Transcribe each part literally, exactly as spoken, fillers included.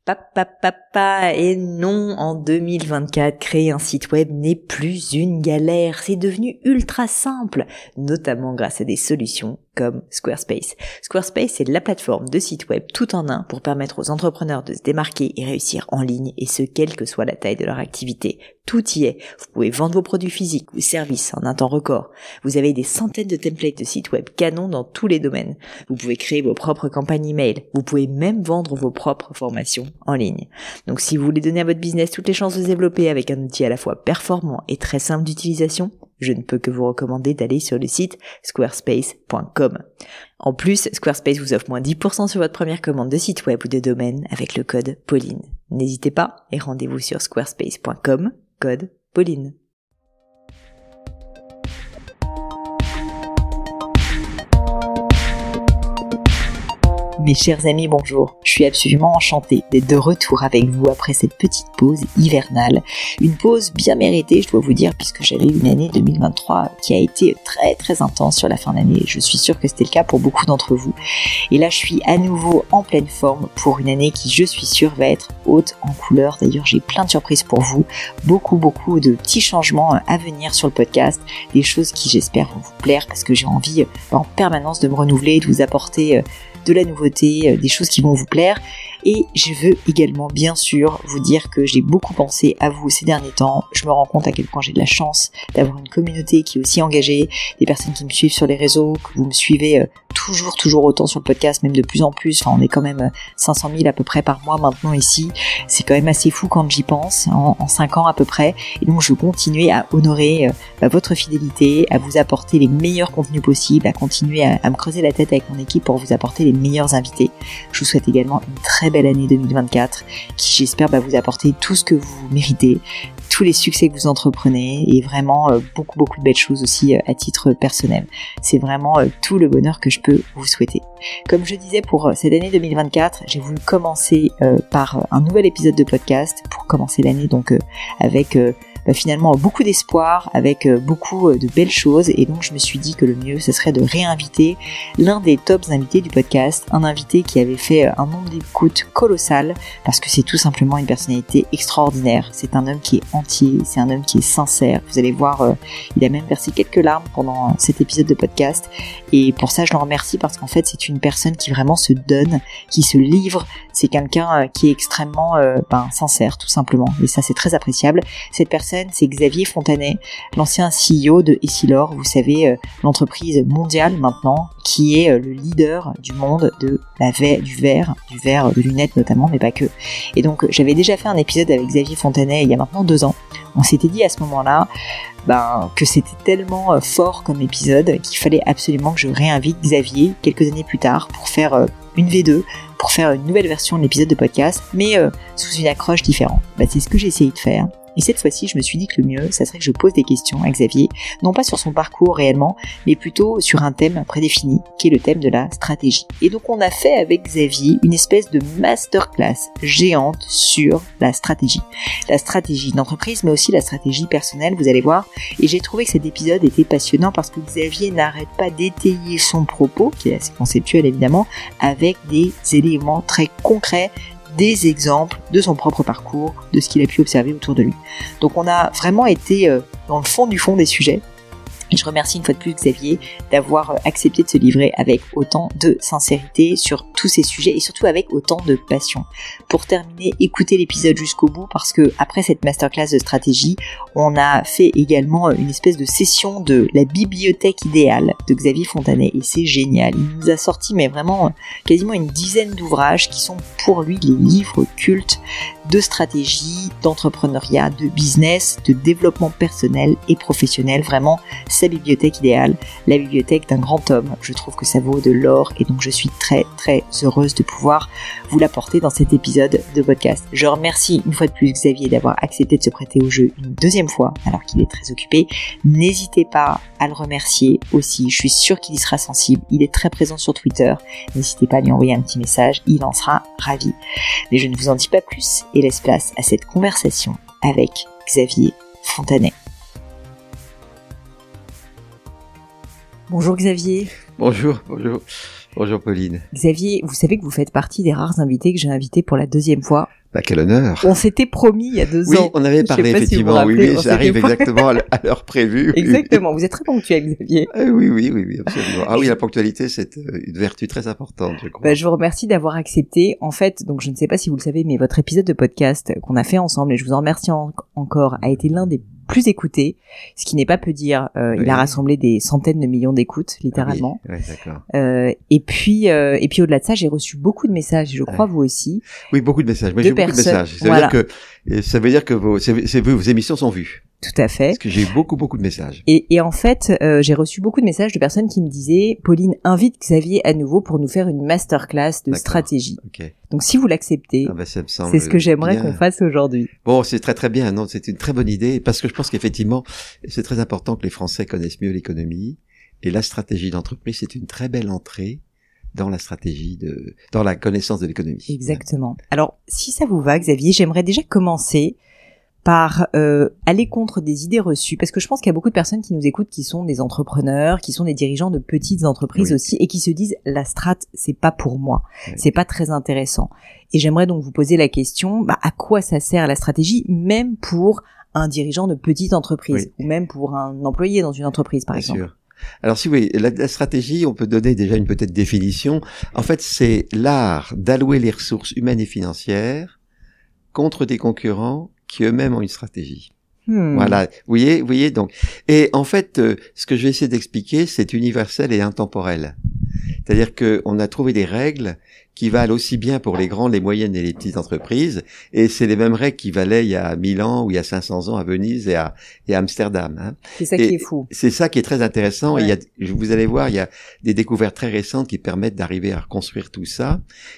Papa, papa, et non, en deux mille vingt-quatre, créer un site web n'est plus une galère, c'est devenu ultra simple, notamment grâce à des solutions comme Squarespace. Squarespace, c'est la plateforme de site web tout en un pour permettre aux entrepreneurs de se démarquer et réussir en ligne, et ce, quelle que soit la taille de leur activité. Tout y est. Vous pouvez vendre vos produits physiques ou services en un temps record. Vous avez des centaines de templates de sites web canons dans tous les domaines. Vous pouvez créer vos propres campagnes email. Vous pouvez même vendre vos propres formations en ligne. Donc si vous voulez donner à votre business toutes les chances de se développer avec un outil à la fois performant et très simple d'utilisation, je ne peux que vous recommander d'aller sur le site squarespace point com. En plus, Squarespace vous offre moins dix pour cent sur votre première commande de site web ou de domaine avec le code Pauline. N'hésitez pas et rendez-vous sur squarespace point com, code Pauline. Mes chers amis, bonjour. Je suis absolument enchantée d'être de retour avec vous après cette petite pause hivernale. Une pause bien méritée, je dois vous dire, puisque j'avais une année deux mille vingt-trois qui a été très très intense sur la fin d'année. Je suis sûre que c'était le cas pour beaucoup d'entre vous. Et là, je suis à nouveau en pleine forme pour une année qui, je suis sûre, va être haute en couleurs. D'ailleurs, j'ai plein de surprises pour vous. Beaucoup, beaucoup de petits changements à venir sur le podcast. Des choses qui, j'espère, vont vous plaire parce que j'ai envie en permanence de me renouveler, de vous apporter de la nouveauté, des choses qui vont vous plaire. Et je veux également, bien sûr, vous dire que j'ai beaucoup pensé à vous ces derniers temps. Je me rends compte à quel point j'ai de la chance d'avoir une communauté qui est aussi engagée, des personnes qui me suivent sur les réseaux, que vous me suivez toujours, toujours autant sur le podcast, même de plus en plus. Enfin, on est quand même cinq cent mille à peu près par mois maintenant ici. C'est quand même assez fou quand j'y pense, en, en cinq ans à peu près. Et donc, je veux continuer à honorer euh, bah, votre fidélité, à vous apporter les meilleurs contenus possibles, à continuer à, à me creuser la tête avec mon équipe pour vous apporter les meilleurs invités. Je vous souhaite également une très belle année deux mille vingt-quatre qui, j'espère, va vous apporter tout ce que vous méritez, tous les succès que vous entreprenez et vraiment euh, beaucoup beaucoup de belles choses aussi euh, à titre personnel. C'est vraiment euh, tout le bonheur que je peux vous souhaiter. Comme je disais, pour euh, cette année deux mille vingt-quatre, j'ai voulu commencer euh, par euh, un nouvel épisode de podcast pour commencer l'année donc euh, avec euh, Bah finalement beaucoup d'espoir, avec beaucoup de belles choses, et donc je me suis dit que le mieux ce serait de réinviter l'un des tops invités du podcast, un invité qui avait fait un nombre d'écoutes colossal, parce que c'est tout simplement une personnalité extraordinaire. C'est un homme qui est entier, c'est un homme qui est sincère. Vous allez voir, euh, il a même versé quelques larmes pendant cet épisode de podcast, et pour ça je le remercie parce qu'en fait c'est une personne qui vraiment se donne, qui se livre. C'est quelqu'un qui est extrêmement euh, ben, sincère tout simplement, et ça c'est très appréciable. Cette personne, c'est Xavier Fontanet, l'ancien C E O de Essilor, vous savez, euh, l'entreprise mondiale maintenant, qui est euh, le leader du monde de la verre, du verre, du verre de lunettes notamment, mais pas que. Et donc, j'avais déjà fait un épisode avec Xavier Fontanet il y a maintenant deux ans. On s'était dit à ce moment-là ben, que c'était tellement euh, fort comme épisode qu'il fallait absolument que je réinvite Xavier quelques années plus tard pour faire euh, une V deux, pour faire une nouvelle version de l'épisode de podcast, mais euh, sous une accroche différente. Ben, c'est ce que j'ai essayé de faire. Et cette fois-ci, je me suis dit que le mieux, ça serait que je pose des questions à Xavier, non pas sur son parcours réellement, mais plutôt sur un thème prédéfini, qui est le thème de la stratégie. Et donc on a fait avec Xavier une espèce de masterclass géante sur la stratégie. La stratégie d'entreprise, mais aussi la stratégie personnelle, vous allez voir. Et j'ai trouvé que cet épisode était passionnant parce que Xavier n'arrête pas d'étayer son propos, qui est assez conceptuel évidemment, avec des éléments très concrets, des exemples de son propre parcours, de ce qu'il a pu observer autour de lui. Donc on a vraiment été euh, dans le fond du fond des sujets. Et je remercie une fois de plus Xavier d'avoir accepté de se livrer avec autant de sincérité sur tous ces sujets et surtout avec autant de passion. Pour terminer, écoutez l'épisode jusqu'au bout parce que après cette masterclass de stratégie, on a fait également une espèce de session de la bibliothèque idéale de Xavier Fontanet et c'est génial. Il nous a sorti mais vraiment quasiment une dizaine d'ouvrages qui sont pour lui les livres cultes de stratégie, d'entrepreneuriat, de business, de développement personnel et professionnel. Vraiment, sa bibliothèque idéale, la bibliothèque d'un grand homme. Je trouve que ça vaut de l'or et donc je suis très très heureuse de pouvoir vous l'apporter dans cet épisode de podcast. Je remercie une fois de plus Xavier d'avoir accepté de se prêter au jeu une deuxième fois alors qu'il est très occupé. N'hésitez pas à le remercier aussi, je suis sûre qu'il y sera sensible. Il est très présent sur Twitter, n'hésitez pas à lui envoyer un petit message, il en sera ravi. Mais je ne vous en dis pas plus et laisse place à cette conversation avec Xavier Fontanet. Bonjour Xavier. Bonjour, bonjour. Bonjour Pauline. Xavier, vous savez que vous faites partie des rares invités que j'ai invités pour la deuxième fois. Bah, quel honneur. On s'était promis il y a deux oui, ans. Oui, on avait parlé effectivement. Si oui, oui, j'arrive exactement à l'heure prévue. Exactement. Oui. Vous êtes très ponctuel, Xavier. Ah, oui, oui, oui, oui, absolument. Ah oui, la ponctualité, c'est une vertu très importante, je crois. Bah, je vous remercie d'avoir accepté. En fait, donc je ne sais pas si vous le savez, mais votre épisode de podcast qu'on a fait ensemble, et je vous en remercie en- encore, a été l'un des plus écoutés, ce qui n'est pas peu dire. Euh, oui. Il a rassemblé des centaines de millions d'écoutes, littéralement. Oui, oui, d'accord. Euh, et puis, euh, et puis au-delà de ça, j'ai reçu beaucoup de messages, je crois ouais. vous aussi. Oui, beaucoup de messages. Moi, j'ai beaucoup de messages. Ça voilà. veut dire que ça veut dire que vos, c'est, c'est, vos émissions sont vues. Tout à fait. Parce que j'ai eu beaucoup, beaucoup de messages. Et, et en fait, euh, j'ai reçu beaucoup de messages de personnes qui me disaient « Pauline, invite Xavier à nouveau pour nous faire une masterclass de D'accord. stratégie. Okay. » Donc, si vous l'acceptez, ah ben, c'est ce que j'aimerais bien. qu'on fasse aujourd'hui. Bon, c'est très très bien. Non, c'est une très bonne idée parce que je pense qu'effectivement, c'est très important que les Français connaissent mieux l'économie et la stratégie d'entreprise. C'est une très belle entrée dans la stratégie de, dans la connaissance de l'économie. Exactement. Ouais. Alors, si ça vous va, Xavier, j'aimerais déjà commencer par euh, aller contre des idées reçues, parce que je pense qu'il y a beaucoup de personnes qui nous écoutent qui sont des entrepreneurs, qui sont des dirigeants de petites entreprises oui. aussi, et qui se disent la strat c'est pas pour moi, oui. c'est pas très intéressant. Et j'aimerais donc vous poser la question, bah, à quoi ça sert la stratégie, même pour un dirigeant de petite entreprise, oui. ou même pour un employé dans une entreprise par Bien exemple. Sûr. Alors si oui, la, la stratégie, on peut donner déjà une peut-être définition. En fait, c'est l'art d'allouer les ressources humaines et financières contre des concurrents qui eux-mêmes ont une stratégie. Hmm. Voilà, vous voyez, vous voyez donc. Et en fait, euh, ce que je vais essayer d'expliquer, c'est universel et intemporel. C'est-à-dire que on a trouvé des règles qui valent aussi bien pour les grandes, les moyennes et les petites entreprises, et c'est les mêmes règles qui valaient il y a mille ans ou il y a cinq cents ans à Venise et à, et à Amsterdam. Hein. C'est ça et qui est fou. C'est ça qui est très intéressant. Ouais. Et il y a, vous allez voir, il y a des découvertes très récentes qui permettent d'arriver à reconstruire tout ça.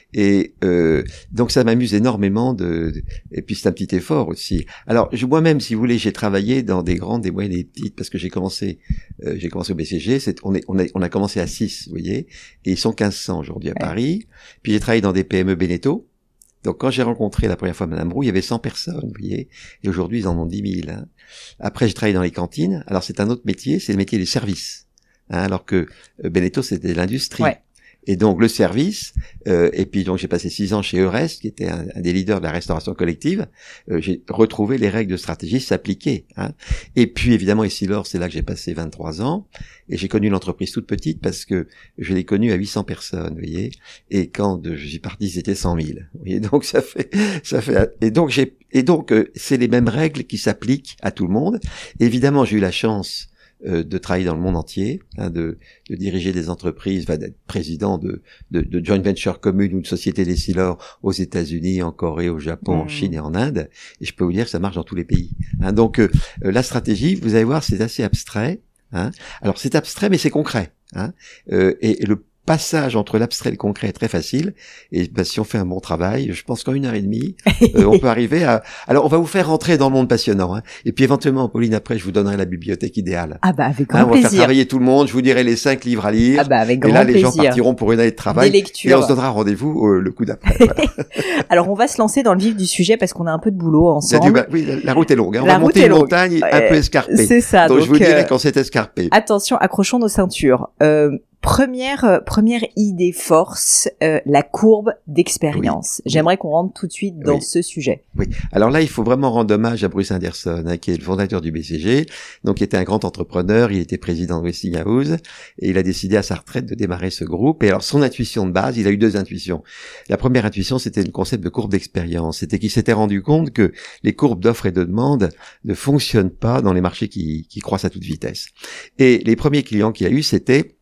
Et euh, donc ça m'amuse énormément. De, de et puis c'est un petit effort aussi. Alors je, moi-même, si vous voulez, j'ai travaillé dans des grandes, des moyennes et des petites parce que j'ai commencé, euh, j'ai commencé au B C G. C'est, on, est, on, a, on a commencé à six, vous voyez, et ils sont quinze cents aujourd'hui à ouais. Paris. Puis j'ai travaillé dans des P M E Beneteau. Donc quand j'ai rencontré la première fois Madame Roux, il y avait cent personnes, vous voyez. Et aujourd'hui, ils en ont dix mille. Hein. Après, j'ai travaillé dans les cantines. Alors c'est un autre métier, c'est le métier des services. Hein, alors que euh, Beneteau, c'était l'industrie. Ouais. Et donc le service, euh, et puis donc j'ai passé six ans chez Eurest, qui était un, un des leaders de la restauration collective. Euh, j'ai retrouvé les règles de stratégie s'appliquer. Hein. Et puis évidemment Essilor, c'est là que j'ai passé vingt-trois ans, et j'ai connu l'entreprise toute petite parce que je l'ai connue à huit cents personnes, vous voyez. Et quand je suis parti, c'était cent mille. Vous voyez, donc ça fait, ça fait. Et donc j'ai, et donc euh, c'est les mêmes règles qui s'appliquent à tout le monde. Et évidemment, j'ai eu la chance de travailler dans le monde entier, hein, de, de diriger des entreprises, va d'être président de, de, de joint venture commune ou de société d'Essilor aux États-Unis, en Corée, au Japon, mmh. en Chine et en Inde. Et je peux vous dire que ça marche dans tous les pays. Hein, donc euh, la stratégie, vous allez voir, c'est assez abstrait. Hein. Alors c'est abstrait, mais c'est concret. Hein. Euh, et, et le passage entre l'abstrait et le concret est très facile. Et bah, si on fait un bon travail, je pense qu'en une heure et demie, euh, on peut arriver à... Alors, on va vous faire rentrer dans le monde passionnant. Hein. Et puis, éventuellement, Pauline, après, je vous donnerai la bibliothèque idéale. Ah bah, avec grand hein, on plaisir. On va faire travailler tout le monde. Je vous dirai les cinq livres à lire. Ah bah, avec grand plaisir. Et là, les plaisir. gens partiront pour une année de travail. Des lectures. Et on se donnera rendez-vous euh, le coup d'après. Voilà. Alors, on va se lancer dans le vif du sujet parce qu'on a un peu de boulot ensemble. Du, oui, la route est longue. Hein. On la va monter une montagne euh, un peu escarpée. C'est ça. Donc, donc je vous dirai euh, quand c'est escarpé. Attention, accrochons nos ceintures. Euh, Première euh, première idée force, euh, la courbe d'expérience. Oui. J'aimerais qu'on rentre tout de suite dans oui. ce sujet. Oui. Alors là, il faut vraiment rendre hommage à Bruce Henderson, hein, qui est le fondateur du B C G, donc qui était un grand entrepreneur. Il était président de Westinghouse et il a décidé à sa retraite de démarrer ce groupe. Et alors, son intuition de base, il a eu deux intuitions. La première intuition, c'était le concept de courbe d'expérience. C'était qu'il s'était rendu compte que les courbes d'offres et de demande ne fonctionnent pas dans les marchés qui, qui croissent à toute vitesse. Et les premiers clients qu'il a eu, c'était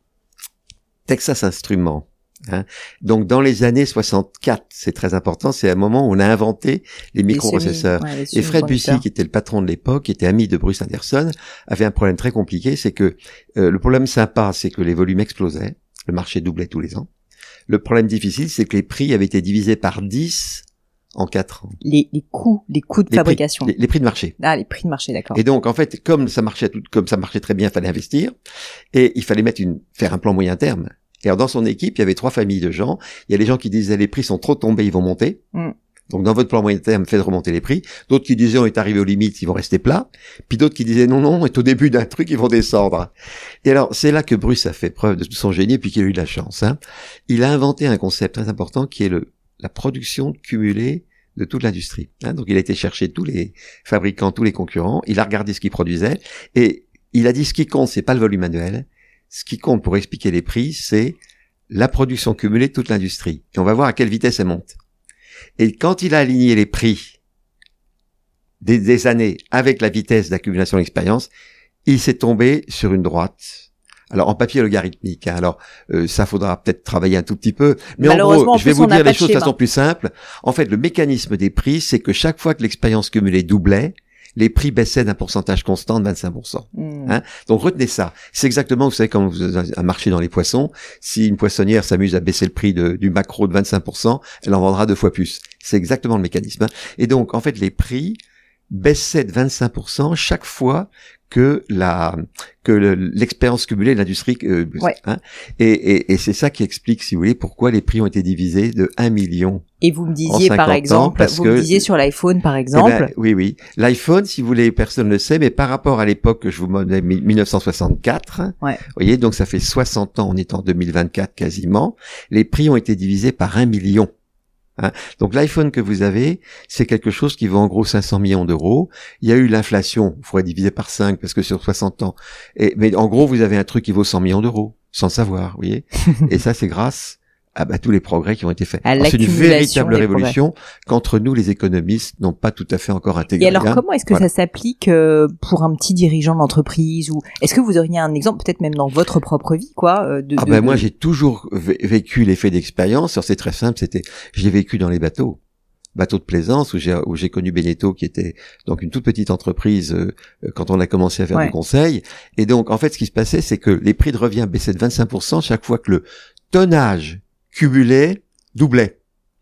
Texas Instruments. Hein. Donc dans les années soixante-quatre, c'est très important, c'est un moment où on a inventé les microprocesseurs. Ouais, et Fred Bussy, qui était le patron de l'époque, qui était ami de Bruce Henderson, avait un problème très compliqué, c'est que euh, le problème sympa, c'est que les volumes explosaient, le marché doublait tous les ans. Le problème difficile, c'est que les prix avaient été divisés par dix en quatre ans. Les, les coûts, les coûts de les fabrication. Prix, les, les prix de marché. Ah, les prix de marché, d'accord. Et donc, en fait, comme ça marchait tout, comme ça marchait très bien, il fallait investir. Et il fallait mettre une, faire un plan moyen terme. Et alors, dans son équipe, il y avait trois familles de gens. Il y a les gens qui disaient, les prix sont trop tombés, ils vont monter. Mm. Donc dans votre plan moyen terme, faites remonter les prix. D'autres qui disaient on est arrivé aux limites, ils vont rester plats. Puis d'autres qui disaient non, non, on est au début d'un truc, ils vont descendre. Et alors c'est là que Bruce a fait preuve de tout son génie, puis qu'il a eu de la chance. Hein. Il a inventé un concept très important qui est le la production cumulée de toute l'industrie. Hein. Donc il a été chercher tous les fabricants, tous les concurrents, il a regardé ce qu'ils produisaient, et il a dit ce qui compte, c'est pas le volume annuel. Ce qui compte pour expliquer les prix, c'est la production cumulée de toute l'industrie. Et on va voir à quelle vitesse elle monte. Et quand il a aligné les prix des, des années avec la vitesse d'accumulation d'expérience, il s'est tombé sur une droite. Alors en papier logarithmique, hein. Alors euh, ça faudra peut-être travailler un tout petit peu, mais en gros, je vais vous dire les choses de façon plus simple. En fait, le mécanisme des prix, c'est que chaque fois que l'expérience cumulée doublait, les prix baissaient d'un pourcentage constant de vingt-cinq pour cent. Mmh. Hein. Donc retenez ça. C'est exactement, vous savez, quand vous avez un marché dans les poissons, si une poissonnière s'amuse à baisser le prix de, du maquereau de vingt-cinq pour cent, elle en vendra deux fois plus. C'est exactement le mécanisme. Hein. Et donc, en fait, les prix baissaient de vingt-cinq pour cent chaque fois que la que le, l'expérience cumulée de l'industrie euh, ouais. hein, et, et, et c'est ça qui explique, si vous voulez, pourquoi les prix ont été divisés de un million. Et vous me disiez par exemple, vous que, me disiez sur l'iPhone par exemple. Eh ben, oui, oui, l'iPhone, si vous voulez, personne ne le sait, mais par rapport à l'époque que je vous montre, mille neuf cent soixante-quatre, ouais. vous voyez, donc ça fait soixante ans, on est en deux mille vingt-quatre quasiment, les prix ont été divisés par un million. Hein. Donc l'iPhone que vous avez, c'est quelque chose qui vaut en gros cinq cents millions d'euros. Il y a eu l'inflation, il faudrait diviser par cinq parce que sur soixante ans. Et, mais en gros, vous avez un truc qui vaut cent millions d'euros, sans le savoir, vous voyez. Et ça, c'est grâce à bah, tous les progrès qui ont été faits. Alors, c'est une véritable révolution progrès. Qu'entre nous, les économistes, n'ont pas tout à fait encore intégré. Et alors, hein. comment est-ce que voilà. ça s'applique euh, pour un petit dirigeant d'entreprise, ou est-ce que vous auriez un exemple, peut-être même dans votre propre vie, quoi euh, de, Ah de, ben de... moi, j'ai toujours vécu l'effet d'expérience. Alors, c'est très simple. C'était, je l'ai vécu dans les bateaux. Bateau de plaisance où j'ai où j'ai connu Beneteau, qui était donc une toute petite entreprise euh, quand on a commencé à faire ouais. du conseil. Et donc en fait ce qui se passait, c'est que les prix de revient baissaient de vingt-cinq pour cent chaque fois que le tonnage cumulé doublait.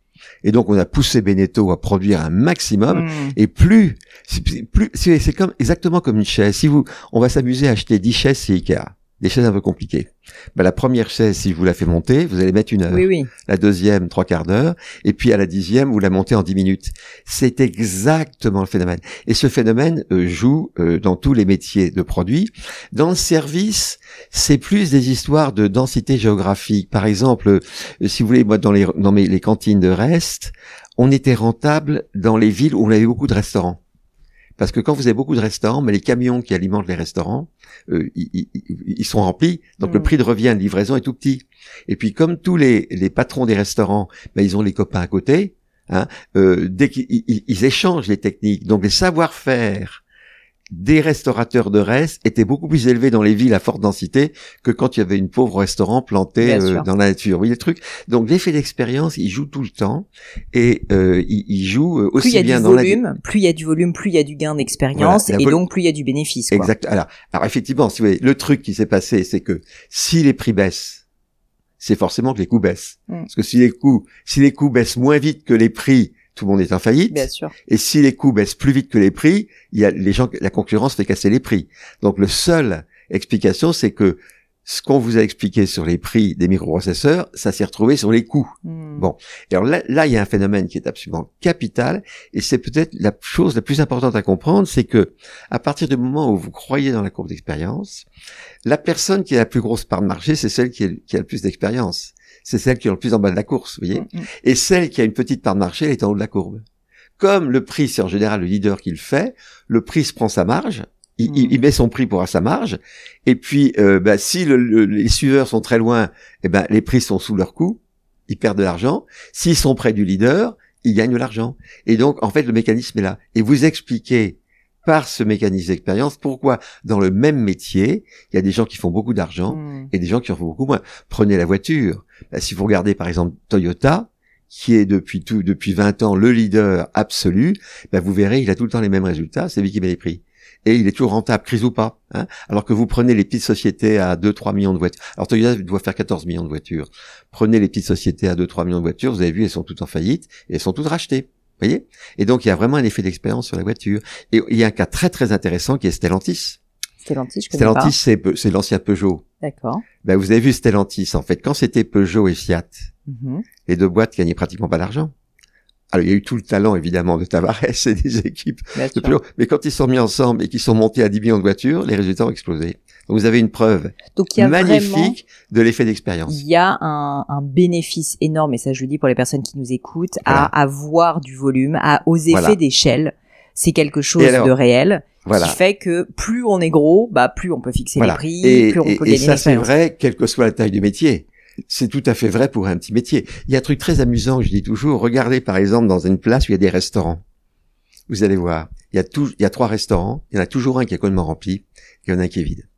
Et donc on a poussé Beneteau à produire un maximum. Mmh. Et plus c'est, plus c'est, c'est comme exactement comme une chaise. Si vous on va s'amuser à acheter dix chaises chez Ikea, des chaises un peu compliquées. Ben, la première chaise, si vous la faites monter, vous allez mettre une heure. Oui, oui. La deuxième, trois quarts d'heure. Et puis à la dixième, vous la montez en dix minutes. C'est exactement le phénomène. Et ce phénomène euh, joue euh, dans tous les métiers de produits. Dans le service, c'est plus des histoires de densité géographique. Par exemple, euh, si vous voulez, moi, dans les, dans mes, les cantines de rest, on était rentable dans les villes où on avait beaucoup de restaurants. Parce que quand vous avez beaucoup de restaurants, mais les camions qui alimentent les restaurants, euh, ils, ils, ils sont remplis, donc mmh. le prix de revient de livraison est tout petit. Et puis comme tous les, les patrons des restaurants, ben, ils ont les copains à côté, hein, euh, dès qu'ils ils, ils échangent les techniques, donc les savoir-faire des restaurateurs de reste étaient beaucoup plus élevés dans les villes à forte densité que quand il y avait une pauvre restaurant planté euh, dans la nature. Vous voyez le truc. Donc l'effet d'expérience, il joue tout le temps et euh, il, il joue aussi plus bien dans volume, la... Plus il y a du volume, plus il y a du gain d'expérience voilà, et vol... donc plus il y a du bénéfice. Quoi. Exact. Alors, alors effectivement, si vous voyez, le truc qui s'est passé, c'est que si les prix baissent, c'est forcément que les coûts baissent. Mm. Parce que si les coûts, si les coûts baissent moins vite que les prix, tout le monde est en faillite. Bien sûr. Et si les coûts baissent plus vite que les prix, il y a les gens, la concurrence fait casser les prix. Donc, le seule explication, c'est que ce qu'on vous a expliqué sur les prix des microprocesseurs, ça s'est retrouvé sur les coûts. Mmh. Bon. Et alors là, là, il y a un phénomène qui est absolument capital, et c'est peut-être la chose la plus importante à comprendre, c'est que, à partir du moment où vous croyez dans la courbe d'expérience, la personne qui a la plus grosse part de marché, c'est celle qui, est, qui a le plus d'expérience. C'est celle qui est le plus en bas de la course, vous voyez. Mmh. Et celle qui a une petite part de marché, elle est en haut de la courbe. Comme le prix, c'est en général le leader qui le fait, le prix se prend sa marge, il, mmh. il, il met son prix pour à sa marge, et puis euh, bah, si le, le, les suiveurs sont très loin, eh ben les prix sont sous leur coût, ils perdent de l'argent. S'ils sont près du leader, ils gagnent de l'argent. Et donc, en fait, le mécanisme est là. Et vous expliquez par ce mécanisme d'expérience pourquoi dans le même métier, il y a des gens qui font beaucoup d'argent mmh. et des gens qui en font beaucoup moins. Prenez la voiture. Bah, si vous regardez par exemple Toyota, qui est depuis tout depuis vingt ans le leader absolu, bah, vous verrez, il a tout le temps les mêmes résultats, c'est lui qui met les prix. Et il est toujours rentable, crise ou pas. Hein, alors que vous prenez les petites sociétés à deux trois millions de voitures. Alors Toyota doit faire quatorze millions de voitures. Prenez les petites sociétés à deux trois millions de voitures, vous avez vu, elles sont toutes en faillite et elles sont toutes rachetées. Vous voyez? Et donc, il y a vraiment un effet d'expérience sur la voiture. Et il y a un cas très, très intéressant qui est Stellantis. Stellantis, je connais Stellantis, pas. c'est, c'est l'ancien Peugeot. D'accord. Ben, vous avez vu Stellantis, en fait, quand c'était Peugeot et Fiat, mm-hmm. les deux boîtes gagnaient pratiquement pas d'argent. alors il y a eu tout le talent évidemment de Tavares et des équipes Bien de sûr. Peugeot, mais quand ils sont mis ensemble et qu'ils sont montés à dix millions de voitures, les résultats ont explosé. Donc vous avez une preuve Donc il y a magnifique vraiment, de l'effet d'expérience. il y a un, un bénéfice énorme, et ça je le dis pour les personnes qui nous écoutent, Voilà. à avoir du volume, à aux effets Voilà. d'échelle. C'est quelque chose Et alors, de réel Voilà. qui fait que plus on est gros, bah plus on peut fixer Voilà. les prix, Et, plus on et- peut et gagner ça c'est l'expérience. vrai, quelle que soit la taille du métier. C'est tout à fait vrai pour un petit métier. Il y a un truc très amusant que je dis toujours. Regardez par exemple dans une place où il y a des restaurants. Vous allez voir, il y a tout, il y a trois restaurants. Il y en a toujours un qui est complètement rempli, il y en a un qui est vide.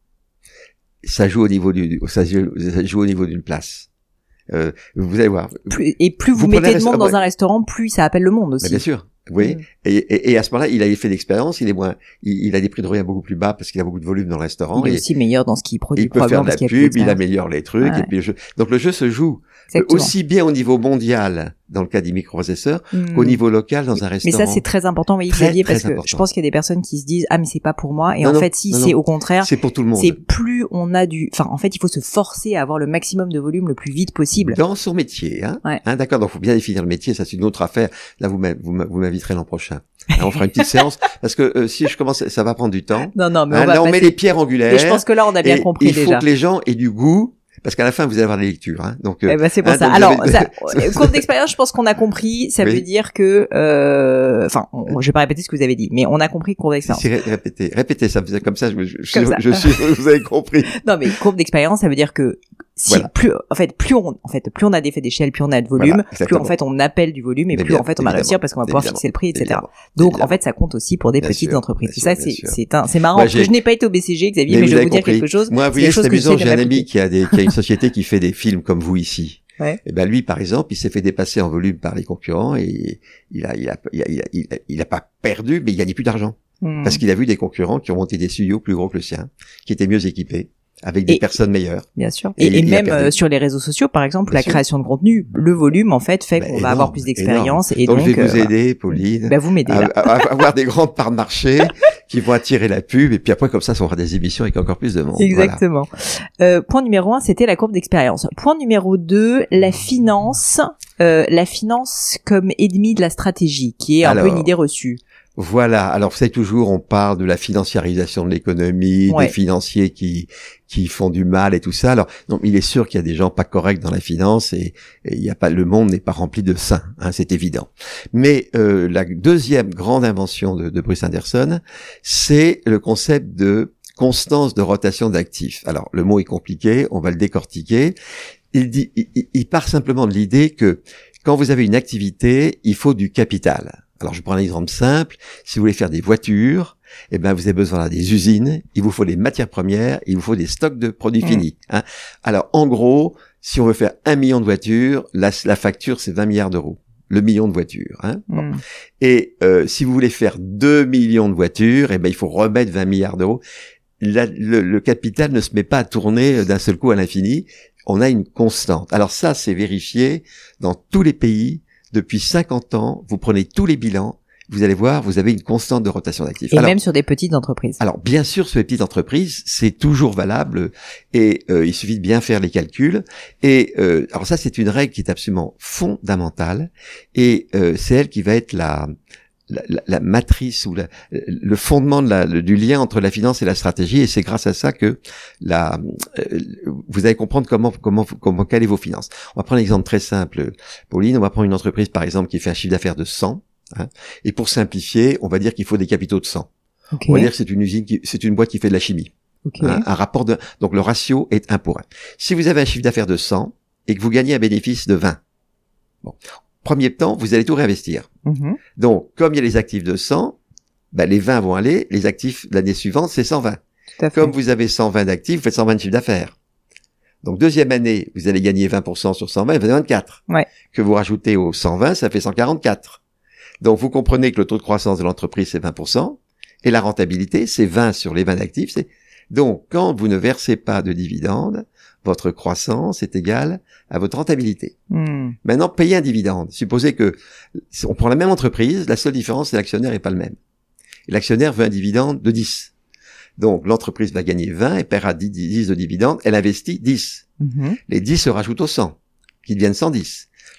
Ça joue au niveau du, ça joue, ça joue au niveau d'une place. Euh, vous allez voir. Plus- et plus vous, Vous prenez mettez un de monde resta- dans un restaurant, plus ça appelle le monde aussi. Bah, bien sûr. Oui. Mm. Et, et, et à ce moment-là, il a fait d'expérience. Il est moins, il, il a des prix de revient beaucoup plus bas parce qu'il a beaucoup de volume dans le restaurant. Il est et, aussi meilleur dans ce qu'il et produit il peut faire probablement de la parce qu'il y a plus pub, il d'expérience. améliore les trucs. Ouais. Et puis le jeu. Donc le jeu se joue Exactement. aussi bien au niveau mondial dans le cas des microprocesseurs Mm. qu'au niveau local dans un Mais restaurant. ça, c'est très important, oui, Très, Xavier, très parce que important. je pense qu'il y a des personnes qui se disent, ah, mais c'est pas pour moi. Et Non, en non, fait, si, non, c'est non. au contraire, C'est pour tout le monde. c'est plus on a du, enfin, en fait, il faut se forcer à avoir le maximum de volume le plus vite possible. Dans son métier, hein. Ouais. Hein, d'accord. Donc, faut bien définir le métier. Ça, c'est une autre affaire. Là, vous m'a- vous m'a- vous m'inviterez l'an prochain. Hein, on fera une petite séance parce que euh, si je commence, ça va prendre du temps. Non, non, mais Hein, on va là, on met passer- les pierres angulaires. Et je pense que là, on a bien et compris il faut déjà. que les gens aient du goût. Parce qu'à la fin, vous allez avoir des lectures. Hein. Donc, euh, Eh ben, c'est pour hein, ça. donc, Alors, vous avez- ça, euh, courbe d'expérience, je pense qu'on a compris. Ça Oui. veut dire que, euh, enfin, on- je vais pas répéter ce que vous avez dit, mais on a compris courbe d'expérience. Si, ré- répétez, répétez ça, vous- comme ça, je, je, je, Comme ça. je suis, vous avez compris. Non, mais courbe d'expérience, ça veut dire que si Voilà. plus, en fait, plus on, en fait, plus on a d'effets d'échelle, plus on a de volume, Voilà, plus exactement. en fait on appelle du volume et Mais plus bien, en fait on va évidemment, réussir parce qu'on va pouvoir évidemment, fixer le prix, et cetera. Évidemment, Donc évidemment. en fait, ça compte aussi pour des Bien petites sûr, entreprises. bien Tout ça, sûr, c'est, bien sûr. c'est un, c'est marrant. Moi, parce que j'ai- je n'ai pas été au B C G, Xavier, mais, vous je vais avez vous dire compris. quelque chose. Moi, vous C'est voyez, quelque c'est chose que amusant. j'essaie J'ai un de ami m'appliquer. qui a des, qui a une société qui fait des films comme vous ici. Ouais. Et ben lui, par exemple, il s'est fait dépasser en volume par les concurrents et il a, il a, il a, il a, il a, il a pas perdu, mais il gagnait plus d'argent Hmm. parce qu'il a vu des concurrents qui ont monté des studios plus gros que le sien, qui étaient mieux équipés, avec des Et- personnes meilleures. Bien sûr. Et Et, et il a même perdu. euh, sur les réseaux sociaux, par exemple, Bien la sûr. création de contenu, le volume, en fait, fait Ben, qu'on va énorme, avoir plus d'expérience. Et Donc, donc, je vais vous euh, aider, Pauline, bah, vous m'aidez à, là. à- à avoir des grandes parts de marché qui vont attirer la pub et puis après comme ça, ça aura des émissions avec encore plus de monde. Voilà. Exactement. Euh, point numéro un, c'était la courbe d'expérience. Point numéro deux, la finance. Euh, la finance comme ennemi de la stratégie, qui est un Alors, peu une idée reçue. Voilà. Alors, vous savez, toujours, on parle de la financiarisation de l'économie, Ouais. des financiers qui qui font du mal et tout ça. Alors, non, il est sûr qu'il y a des gens pas corrects dans la finance et, et il y a pas, le monde n'est pas rempli de saints, hein, c'est évident. Mais euh, la deuxième grande invention de, de Bruce Anderson, c'est le concept de constance de rotation d'actifs. Alors, le mot est compliqué, on va le décortiquer. Il dit, il, il part simplement de l'idée que quand vous avez une activité, il faut du capital. Alors, je prends un exemple simple. Si vous voulez faire des voitures, eh ben, vous avez besoin des usines, il vous faut des matières premières, il vous faut des stocks de produits Mmh. finis. Hein. Alors, en gros, si on veut faire un million de voitures, la, la facture, c'est vingt milliards d'euros. Le million de voitures. Hein. Bon. Hmm. Et euh, si vous voulez faire deux millions de voitures, eh ben, il faut remettre vingt milliards d'euros. La, le, le capital ne se met pas à tourner d'un seul coup à l'infini. On a une constante. Alors ça, c'est vérifié dans tous les pays. Depuis cinquante ans, vous prenez tous les bilans, vous allez voir, vous avez une constante de rotation d'actifs. Et Alors, même sur des petites entreprises. alors, bien sûr, sur les petites entreprises, c'est toujours valable et euh, il suffit de bien faire les calculs. Et euh, alors ça, c'est une règle qui est absolument fondamentale et euh, c'est elle qui va être la La, la, la matrice ou la, le fondement de la, le, du lien entre la finance et la stratégie, et c'est grâce à ça que la, euh, vous allez comprendre comment comment comment caler vos finances. On va prendre un exemple très simple, Pauline. On va prendre une entreprise par exemple qui fait un chiffre d'affaires de cent, hein, et pour simplifier, on va dire qu'il faut des capitaux de cent. Okay. On va dire que c'est une usine, qui, c'est une boîte qui fait de la chimie. Okay. Hein, un rapport de, donc le ratio est un pour un. Si vous avez un chiffre d'affaires de cent et que vous gagnez un bénéfice de vingt, bon. Premier temps, vous allez tout réinvestir. Mm-hmm. Donc, comme il y a les actifs de cent, ben les vingt vont aller, les actifs l'année suivante, c'est cent vingt. Tout à fait. Comme vous avez cent vingt d'actifs, vous faites cent vingt de chiffre d'affaires. Donc, deuxième année, vous allez gagner vingt pour cent sur cent vingt, vous avez vingt-quatre. Ouais. Que vous rajoutez aux cent vingt, ça fait cent quarante-quatre. Donc, vous comprenez que le taux de croissance de l'entreprise, c'est vingt pour cent, et la rentabilité, c'est vingt sur les vingt d'actifs. C'est... Donc, quand vous ne versez pas de dividendes, votre croissance est égale à votre rentabilité. Mm. Maintenant, payez un dividende. Supposez que on prend la même entreprise, la seule différence, c'est que l'actionnaire n'est pas le même. Et l'actionnaire veut un dividende de dix. Donc, l'entreprise va gagner vingt et paiera dix, dix de dividendes. Elle investit dix. Mm-hmm. Les dix se rajoutent aux cent, qui deviennent cent dix.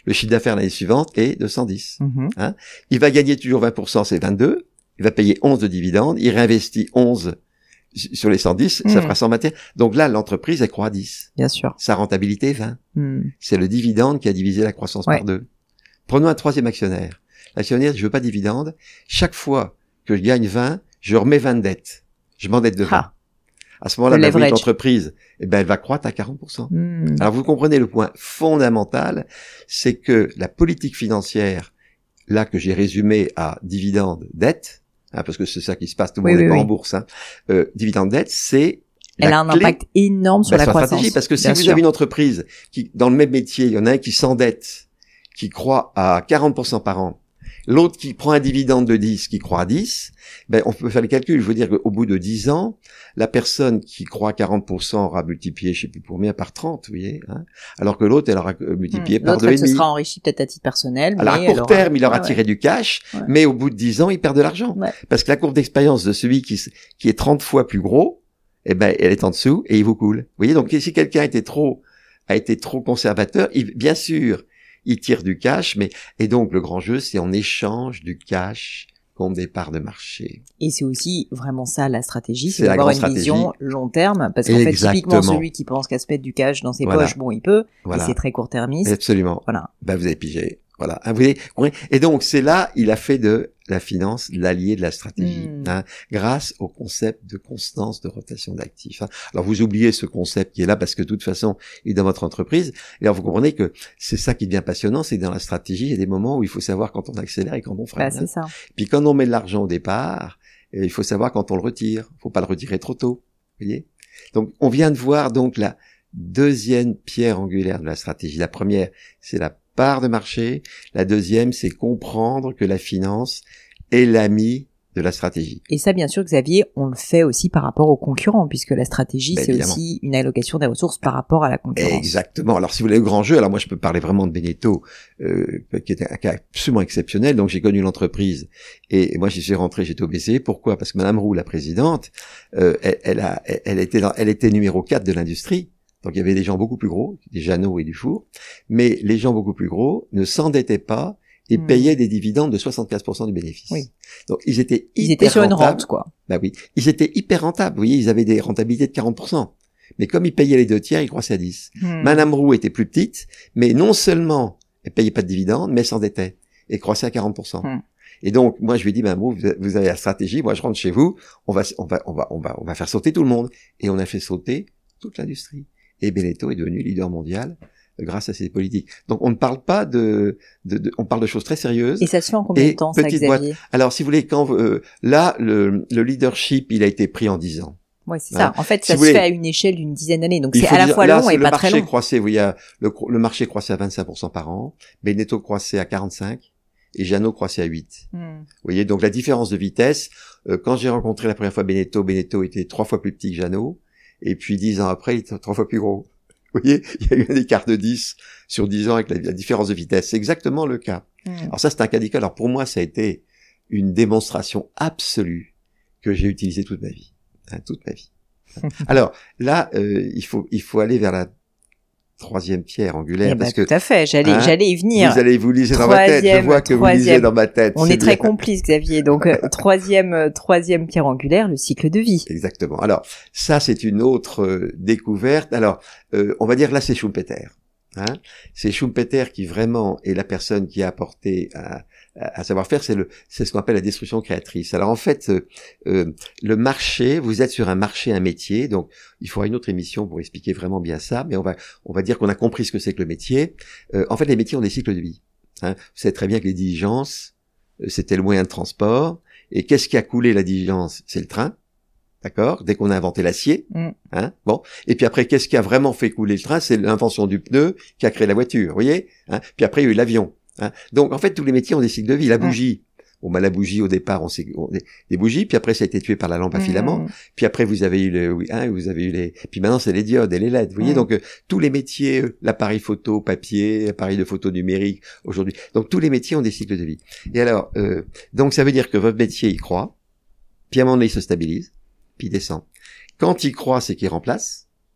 Le chiffre d'affaires l'année suivante est de cent dix. Mm-hmm. Hein. Il va gagner toujours vingt pour cent, c'est vingt-deux. Il va payer onze de dividendes. Il réinvestit onze sur les cent dix, mm. ça fera cent vingt et un. Donc là, l'entreprise, elle croît à dix. Bien sûr. Sa rentabilité est vingt. Mm. C'est le dividende qui a divisé la croissance ouais. par deux. Prenons un troisième actionnaire. L'actionnaire, je veux pas de dividende. Chaque fois que je gagne vingt, je remets vingt de dette. Je m'endette de vingt. Ah. À ce moment-là, bah, l'entreprise, eh ben, elle va croître à quarante pour cent. Mm. Alors, vous comprenez le point fondamental, c'est que la politique financière, là, que j'ai résumé à dividende, dette, hein, parce que c'est ça qui se passe, tout le oui, monde n'est oui, pas oui. en bourse, hein, euh, dividende, dette, c'est Elle a un clé, impact énorme sur bah, la croissance. Stratégie, parce que si Bien vous sûr. avez une entreprise qui, dans le même métier, il y en a un qui s'endette, qui croît à quarante pour cent par an, l'autre qui prend un dividende de dix, qui croît à dix, ben, on peut faire les calculs. Je veux dire qu'au bout de dix ans, la personne qui croît à quarante pour cent aura multiplié, je sais plus pour combien, par trente, vous voyez, hein, alors que l'autre, elle aura multiplié mmh. par deux virgule cinq. L'autre, elle se sera enrichie peut-être à titre personnel. Alors, mais à court aura... terme, il aura ouais, tiré ouais. du cash, ouais. mais au bout de dix ans, il perd de l'argent. Ouais. Parce que la courbe d'expérience de celui qui, qui est trente fois plus gros, eh ben, elle est en dessous et il vous coule. Vous voyez, donc, si quelqu'un était trop, a été trop conservateur, il, bien sûr, il tire du cash, mais, et donc, le grand jeu, c'est on échange du cash contre des parts de marché. Et c'est aussi vraiment ça, la stratégie, c'est, c'est d'avoir une stratégie. vision long terme, parce qu'en fait, typiquement, celui qui pense qu'à se mettre du cash dans ses voilà. poches, bon, il peut, voilà. et c'est très court-termiste. Absolument. Voilà. Ben, vous avez pigé. Voilà. Vous voyez, et donc, c'est là, il a fait de la finance l'allié de la stratégie, mmh. hein, grâce au concept de constance de rotation d'actifs. Hein. Alors, vous oubliez ce concept qui est là parce que de toute façon, il est dans votre entreprise. Et alors, vous comprenez que c'est ça qui devient passionnant, c'est que dans la stratégie, il y a des moments où il faut savoir quand on accélère et quand on freine. Bah, c'est hein. ça. Puis quand on met de l'argent au départ, il faut savoir quand on le retire. Il faut pas le retirer trop tôt. Vous voyez? Donc, on vient de voir donc la deuxième pierre angulaire de la stratégie. La première, c'est la part de marché. La deuxième, c'est comprendre que la finance est l'ami de la stratégie. Et ça, bien sûr, Xavier, on le fait aussi par rapport aux concurrents, puisque la stratégie, ben, c'est évidemment. Aussi une allocation des ressources par rapport à la concurrence. Exactement. Alors, si vous voulez le grand jeu, alors moi, je peux parler vraiment de Beneteau, euh, qui est un cas absolument exceptionnel. Donc, j'ai connu l'entreprise et, et moi, j'y suis rentré, j'étais au B C E. Pourquoi? Parce que Madame Roux, la présidente, euh, elle, elle, a, elle, elle était dans, elle était numéro quatre de l'industrie. Donc, il y avait des gens beaucoup plus gros, des Jeannot et Dufour, mais les gens beaucoup plus gros ne s'endettaient pas et mmh. payaient des dividendes de soixante-quinze pour cent du bénéfice. Oui. Donc, ils étaient hyper Ils étaient sur rentables. une rente, quoi. Bah oui. Ils étaient hyper rentables. Vous voyez, ils avaient des rentabilités de quarante pour cent. Mais comme ils payaient les deux tiers, ils croissaient à dix. Mmh. Madame Roux était plus petite, mais non seulement elle payait pas de dividendes, mais s'endettait et croissait à quarante pour cent. Mmh. Et donc, moi, je lui ai dit, Madame Roux, vous avez la stratégie, moi, je rentre chez vous, on va, on va, on va, on va, on va faire sauter tout le monde. Et on a fait sauter toute l'industrie. Et Beneteau est devenu leader mondial grâce à ces politiques. Donc on ne parle pas de, de, de on parle de choses très sérieuses. Et ça se fait en combien de temps, ça, Xavier? Boîte. Alors si vous voulez, quand euh, là le, le leadership, il a été pris en dix ans. Ouais, c'est hein. ça. En fait, si ça se voulez, fait à une échelle d'une dizaine d'années. Donc c'est à la dire, fois là, long et pas très long. Le marché croissait, vous voyez, le, le marché croissait à vingt-cinq pour cent par an. Beneteau croissait à quarante-cinq et Jeannot croissait à huit. Hmm. Vous voyez, donc la différence de vitesse. Euh, quand j'ai rencontré la première fois Beneteau, Beneteau était trois fois plus petit que Jeannot. Et puis dix ans après, il était trois fois plus gros. Vous voyez, il y a eu un écart de dix sur dix ans avec la, la différence de vitesse. C'est exactement le cas. Mmh. Alors ça, c'est un cas d'école. Alors pour moi, ça a été une démonstration absolue que j'ai utilisée toute ma vie. Hein, toute ma vie. Alors là, euh, il faut il faut aller vers la troisième pierre angulaire. Eh ben, parce que, tout à fait, j'allais, hein, j'allais y venir. Vous allez vous liser dans ma tête, je vois que vous lisez dans ma tête. On est, est très complices, Xavier. Donc, euh, troisième, euh, troisième pierre angulaire, le cycle de vie. Exactement. Alors, ça, c'est une autre euh, découverte. Alors, euh, on va dire là, c'est Schumpeter. Hein, c'est Schumpeter qui vraiment est la personne qui a apporté à, à, à savoir-faire, c'est le, c'est ce qu'on appelle la destruction créatrice. Alors en fait, euh, euh, le marché, vous êtes sur un marché, un métier, donc il faudra une autre émission pour expliquer vraiment bien ça, mais on va, on va dire qu'on a compris ce que c'est que le métier. Euh, en fait, les métiers ont des cycles de vie. Hein, vous savez très bien que les diligences, euh, c'était le moyen de transport, et qu'est-ce qui a coulé la diligence? C'est le train. D'accord? Dès qu'on a inventé l'acier, mm. hein, bon. Et puis après, qu'est-ce qui a vraiment fait couler le train? C'est l'invention du pneu qui a créé la voiture, vous voyez? Hein? Puis après, il y a eu l'avion. Hein? Donc, en fait, tous les métiers ont des cycles de vie. La bougie, mm. bon, bah, la bougie, au départ, on sait, on, des, des bougies, puis après, ça a été tué par la lampe à filament. Mm. Puis après, vous avez eu le, hein, vous avez eu les, puis maintenant, c'est les diodes et les L E D, vous voyez? Mm. Donc, euh, tous les métiers, euh, l'appareil photo, papier, appareil de photo numérique, aujourd'hui. Donc, tous les métiers ont des cycles de vie. Et alors, euh, donc, ça veut dire que votre métier, il croît, puis à un moment donné, il se stabilise, puis il descend. Quand il croît, c'est qu'il remplace.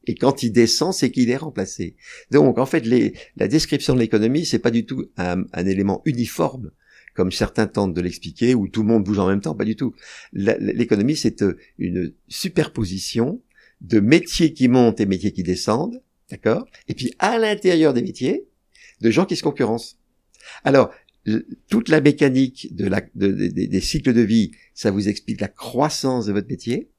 Et quand il descend, c'est qu'il est remplacé. Donc, en fait, les, la description de l'économie, c'est pas du tout un, un élément uniforme, comme certains tentent de l'expliquer, où tout le monde bouge en même temps. Pas du tout. La, l'économie, c'est une superposition de métiers qui montent et métiers qui descendent, d'accord? Et puis, à l'intérieur des métiers, de gens qui se concurrencent. Alors, toute la mécanique de la, de, de, de, des cycles de vie, ça vous explique la croissance de votre métier.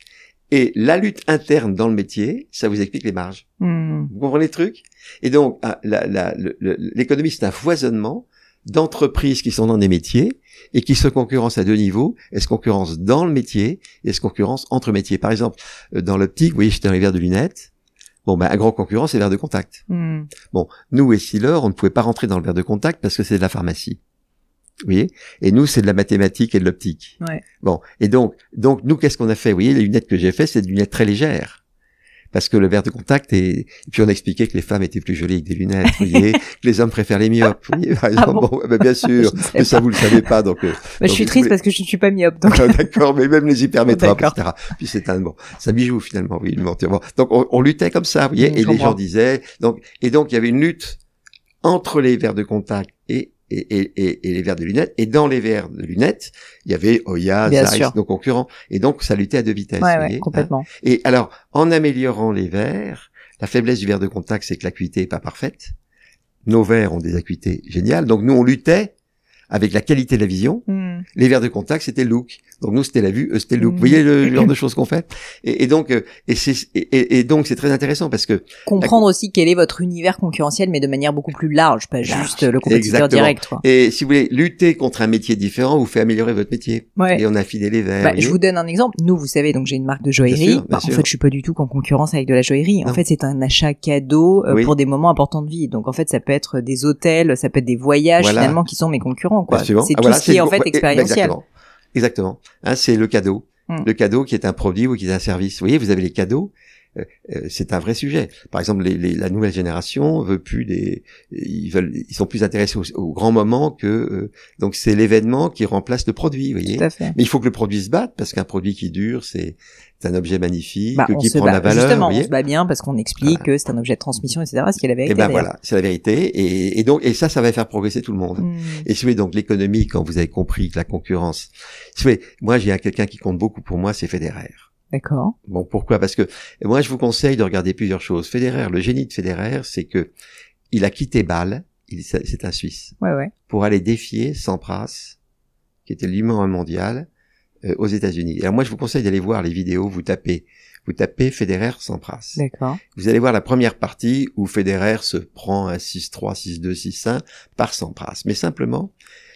Et la lutte interne dans le métier, ça vous explique les marges. Mmh. Vous comprenez le truc? Et donc, la, la, le, l'économie, c'est un foisonnement d'entreprises qui sont dans des métiers et qui se concurrencent à deux niveaux. Elles se concurrencent dans le métier et elles se concurrencent entre métiers. Par exemple, dans l'optique, vous voyez, j'étais dans les verres de lunettes. Bon, ben, un grand concurrent, c'est le verre de contact. Mmh. Bon, nous, Essilor, on ne pouvait pas rentrer dans le verre de contact parce que c'est de la pharmacie. Vous voyez? Et nous, c'est de la mathématique et de l'optique. Ouais. Bon. Et donc, donc, nous, qu'est-ce qu'on a fait? Vous voyez, les lunettes que j'ai fait, c'est des lunettes très légères. Parce que le verre de contact est, et puis on a expliqué que les femmes étaient plus jolies avec des lunettes, vous voyez, que les hommes préfèrent les myopes, vous voyez, par exemple. Ah bon, bon ben bien sûr. Mais ça, vous le savez pas, donc, euh, bah, donc je suis triste voulez... parce que je ne suis pas myope, donc. D'accord, mais même les hypermétropes, et cetera. Puis c'est un, bon, ça bijou, finalement, oui, bon, donc, on, on luttait comme ça, vous voyez, mmh, et les gens disaient, donc, et donc, il y avait une lutte entre les verres de contact et Et, et, et, et les verres de lunettes. Et dans les verres de lunettes, il y avait Oya, Zeiss, nos concurrents. Et donc, ça luttait à deux vitesses. Ouais, vous ouais, voyez, complètement. Hein. Et alors, en améliorant les verres, la faiblesse du verre de contact, c'est que l'acuité est pas parfaite. Nos verres ont des acuités géniales. Donc, nous, on luttait avec la qualité de la vision. Mm. Les verres de contact, c'était le look. Donc nous, c'était la vue, eux, c'était le look. Mm. Vous voyez le genre de choses qu'on fait. Et, et donc, et c'est et, et donc c'est très intéressant parce que comprendre la... aussi quel est votre univers concurrentiel, mais de manière beaucoup plus large, pas large. Juste le compétiteur Exactement. direct. Quoi. Et si vous voulez lutter contre un métier différent, vous fait améliorer votre métier. Ouais. Et on a affiné les verres. Bah, je vous donne un exemple. Nous, vous savez, donc j'ai une marque de joaillerie. Bien sûr, bien bah, sûr. En fait, je suis pas du tout en concurrence avec de la joaillerie. En non. fait, c'est un achat cadeau euh, oui. pour des moments importants de vie. Donc en fait, ça peut être des hôtels, ça peut être des voyages voilà. finalement qui sont mes concurrents. Quoi. C'est ah, tout voilà, ce qui est en fait expérientiel. Exactement. Exactement. Hein, c'est le cadeau. Mm. Le cadeau qui est un produit ou qui est un service. Vous voyez, vous avez les cadeaux. Euh, euh, c'est un vrai sujet. Par exemple, les, les, la nouvelle génération veut plus des, ils veulent, ils sont plus intéressés aux, aux grands moments que, euh, donc c'est l'événement qui remplace le produit, vous voyez. Tout à fait. Mais il faut que le produit se batte parce qu'un produit qui dure, c'est, c'est un objet magnifique, bah, qui prend de la valeur. Justement, vous voyez. On se bat bien parce qu'on explique voilà. que c'est un objet de transmission, et cetera. Ce qui est la vérité. Et ben voilà, c'est la vérité. Et, et donc, et ça, ça va faire progresser tout le monde. Mm. Et si vous voyez, donc l'économie, quand vous avez compris que la concurrence, si vous voyez, moi j'ai quelqu'un qui compte beaucoup pour moi, c'est Federer. D'accord. Bon, pourquoi? Parce que moi, je vous conseille de regarder plusieurs choses. Federer, le génie de Federer, c'est que il a quitté Bâle, il, c'est un Suisse, ouais, ouais. pour aller défier Sampras, qui était le numéro un mondial, euh, aux États-Unis. Alors moi, je vous conseille d'aller voir les vidéos. Vous tapez, vous tapez Federer Sampras. D'accord. Vous allez voir la première partie où Federer se prend un six trois, six deux, six un par Sampras. Mais simplement,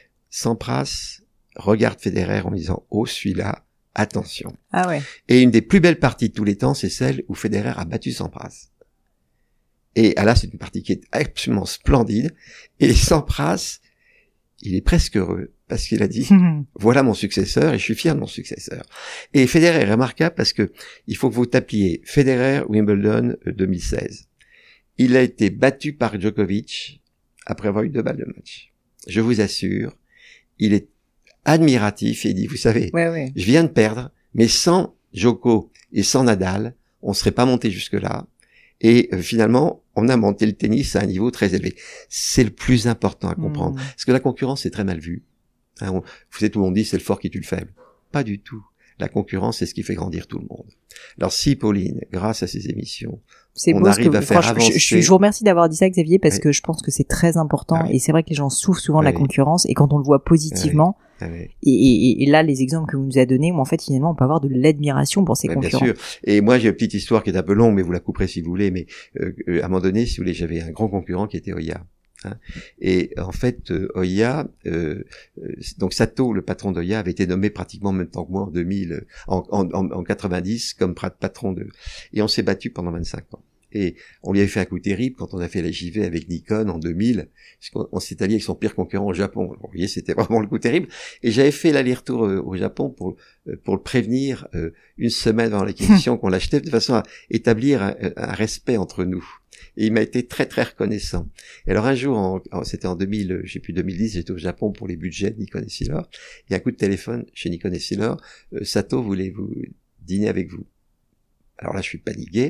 Sampras regarde Federer en disant « Oh, celui-là, attention ». Ah ouais. Et une des plus belles parties de tous les temps, c'est celle où Federer a battu Sampras. Et ah là, c'est une partie qui est absolument splendide. Et Sampras, il est presque heureux parce qu'il a dit « Voilà mon successeur et je suis fier de mon successeur ». Et Federer est remarquable parce que il faut que vous tapiez Federer Wimbledon deux mille seize. Il a été battu par Djokovic après avoir eu deux balles de match. Je vous assure, il est admiratif et il dit, vous savez, ouais, ouais. je viens de perdre, mais sans Djoko et sans Nadal, on serait pas monté jusque-là. Et euh, finalement, on a monté le tennis à un niveau très élevé. C'est le plus important à comprendre. Mmh. Parce que la concurrence, c'est très mal vu. Hein, on, vous savez, tout le monde dit, c'est le fort qui tue le faible. Pas du tout. La concurrence, c'est ce qui fait grandir tout le monde. Alors si, Pauline, grâce à ces émissions, c'est on beau arrive que, à faire avancer... Je, je, je vous remercie d'avoir dit ça, Xavier, parce oui. que je pense que c'est très important. Oui. Et c'est vrai que les gens souffrent souvent oui. de la concurrence. Et quand on le voit positivement... Oui. Oui. Et, et, et là, les exemples que vous nous avez donnés, où en fait, finalement, on peut avoir de l'admiration pour ces oui, concurrents. Bien sûr. Et moi, j'ai une petite histoire qui est un peu longue, mais vous la couperez si vous voulez. Mais euh, à un moment donné, si vous voulez, j'avais un grand concurrent qui était Oya. Hein. Et en fait, euh, Oya, euh, euh, donc Sato, le patron d'Oya, avait été nommé pratiquement en même temps que moi en deux mille, en, en, en, en quatre-vingt-dix, comme patron de. Et on s'est battu pendant vingt-cinq ans. Et on lui avait fait un coup terrible quand on a fait la J V avec Nikon en deux mille, puisqu'on on s'est allié avec son pire concurrent au Japon. Vous voyez, c'était vraiment le coup terrible. Et j'avais fait l'aller-retour euh, au Japon pour euh, pour le prévenir euh, une semaine avant l'acquisition qu'on l'achetait, de façon à établir un, un respect entre nous. Et il m'a été très très reconnaissant. Et alors un jour, en, en, c'était en deux mille, j'ai plus deux mille dix, j'étais au Japon pour les budgets de Nikon et Essilor. Il y a un coup de téléphone chez Nikon et Essilor. Euh, Sato voulait vous dîner avec vous. Alors là, je suis paniqué.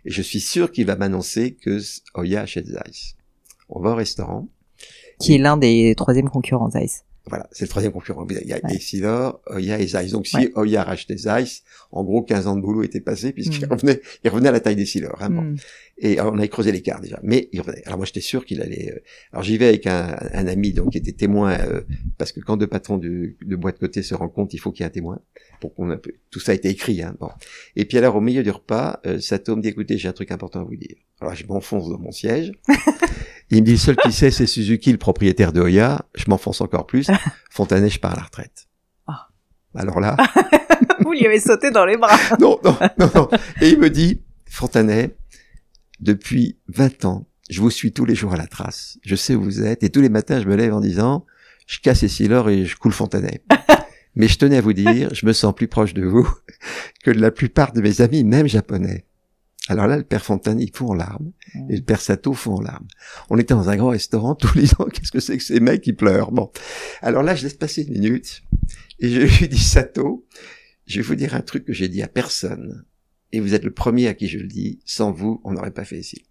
Et je suis sûr qu'il va m'annoncer que Oya achète Zeiss. On va au restaurant. Qui est l'un des troisièmes concurrents Zeiss. Voilà, c'est le troisième concurrent. Il y a ouais. Essilor, Oya et Zeiss. Donc si ouais. Oya rachetait Zeiss, en gros quinze ans de boulot étaient passés puisqu'il mmh. revenait, il revenait à la taille d'Essilor. Hein, bon. mmh. Et alors, on avait creusé l'écart déjà, mais il revenait. Alors moi j'étais sûr qu'il allait. Euh... Alors j'y vais avec un, un ami donc qui était témoin euh, parce que quand deux patrons de, de boîte cotée se rencontrent, il faut qu'il y ait un témoin. Pour qu'on a... tout ça a été écrit. Hein, bon. Et puis alors au milieu du repas, euh, Sato me dit écoutez j'ai un truc important à vous dire. Alors je m'enfonce dans mon siège. Il me dit, le seul qui sait, c'est Suzuki, le propriétaire de Oya. Je m'enfonce encore plus. Fontanet, je pars à la retraite. Oh. Alors là... Vous lui avez sauté dans les bras. non, non, non, non. Et il me dit, Fontanet, depuis vingt ans, je vous suis tous les jours à la trace. Je sais où vous êtes. Et tous les matins, je me lève en disant, je casse Essilor et je coule Fontanet. Mais je tenais à vous dire, je me sens plus proche de vous que de la plupart de mes amis, même japonais. Alors là, le père Fontanet, il fond en larmes, mmh. et le père Sato fond en larmes. On était dans un grand restaurant, tous les ans, qu'est-ce que c'est que ces mecs qui pleurent? Bon. Alors là, je laisse passer une minute, et je lui dis, Sato, je vais vous dire un truc que j'ai dit à personne, et vous êtes le premier à qui je le dis, sans vous, on n'aurait pas fait ici.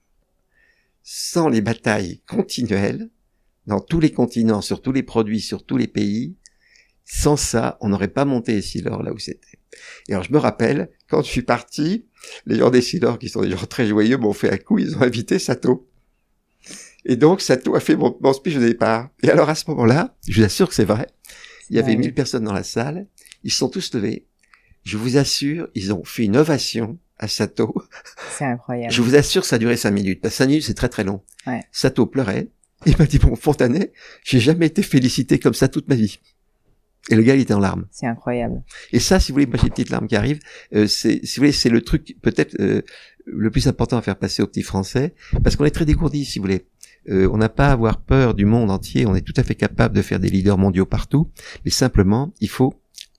Sans les batailles continuelles, dans tous les continents, sur tous les produits, sur tous les pays, sans ça, on n'aurait pas monté Essilor là où c'était. Et alors je me rappelle, quand je suis parti, les gens d'Essilor, qui sont des gens très joyeux, m'ont fait un coup, ils ont invité Sato. Et donc Sato a fait mon, mon speech de départ. Et alors à ce moment-là, je vous assure que c'est vrai, il y avait mille ouais. personnes dans la salle, ils se sont tous levés. Je vous assure, ils ont fait une ovation à Sato. C'est incroyable. Je vous assure que ça a duré cinq minutes. Parce que cinq minutes, c'est très très long. Ouais. Sato pleurait. Il m'a dit, bon, Fontanet, j'ai jamais été félicité comme ça toute ma vie. Et le gars, il était en larmes. C'est incroyable. Et ça, si vous voulez, moi j'ai une petite larme qui arrive. Euh, c'est, si vous voulez, c'est le truc peut-être euh, le plus important à faire passer aux petits Français, parce qu'on est très dégourdis, si vous voulez. Euh, on n'a pas à avoir peur du monde entier. On est tout à fait capable de faire des leaders mondiaux partout, mais simplement, il faut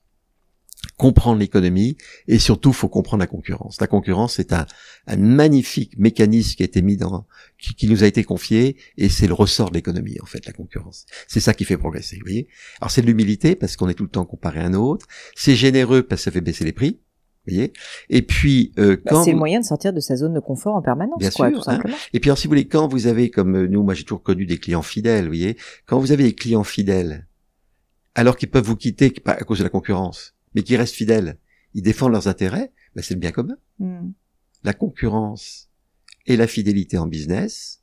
comprendre l'économie et surtout, il faut comprendre la concurrence. La concurrence, c'est un, un magnifique mécanisme qui a été mis dans, qui, qui nous a été confié, et c'est le ressort de l'économie, en fait, la concurrence. C'est ça qui fait progresser, vous voyez. Alors, c'est de l'humilité, parce qu'on est tout le temps comparé à un autre. C'est généreux, parce que ça fait baisser les prix, vous voyez. Et puis, euh, bah, quand... c'est vous... le moyen de sortir de sa zone de confort en permanence, bien quoi, sûr, tout simplement. Hein. Et puis, alors, si vous voulez, quand vous avez, comme nous, moi, j'ai toujours connu des clients fidèles, vous voyez. Quand vous avez des clients fidèles, alors qu'ils peuvent vous quitter à cause de la concurrence, mais qui restent fidèles, ils défendent leurs intérêts, ben c'est le bien commun. Mm. La concurrence et la fidélité en business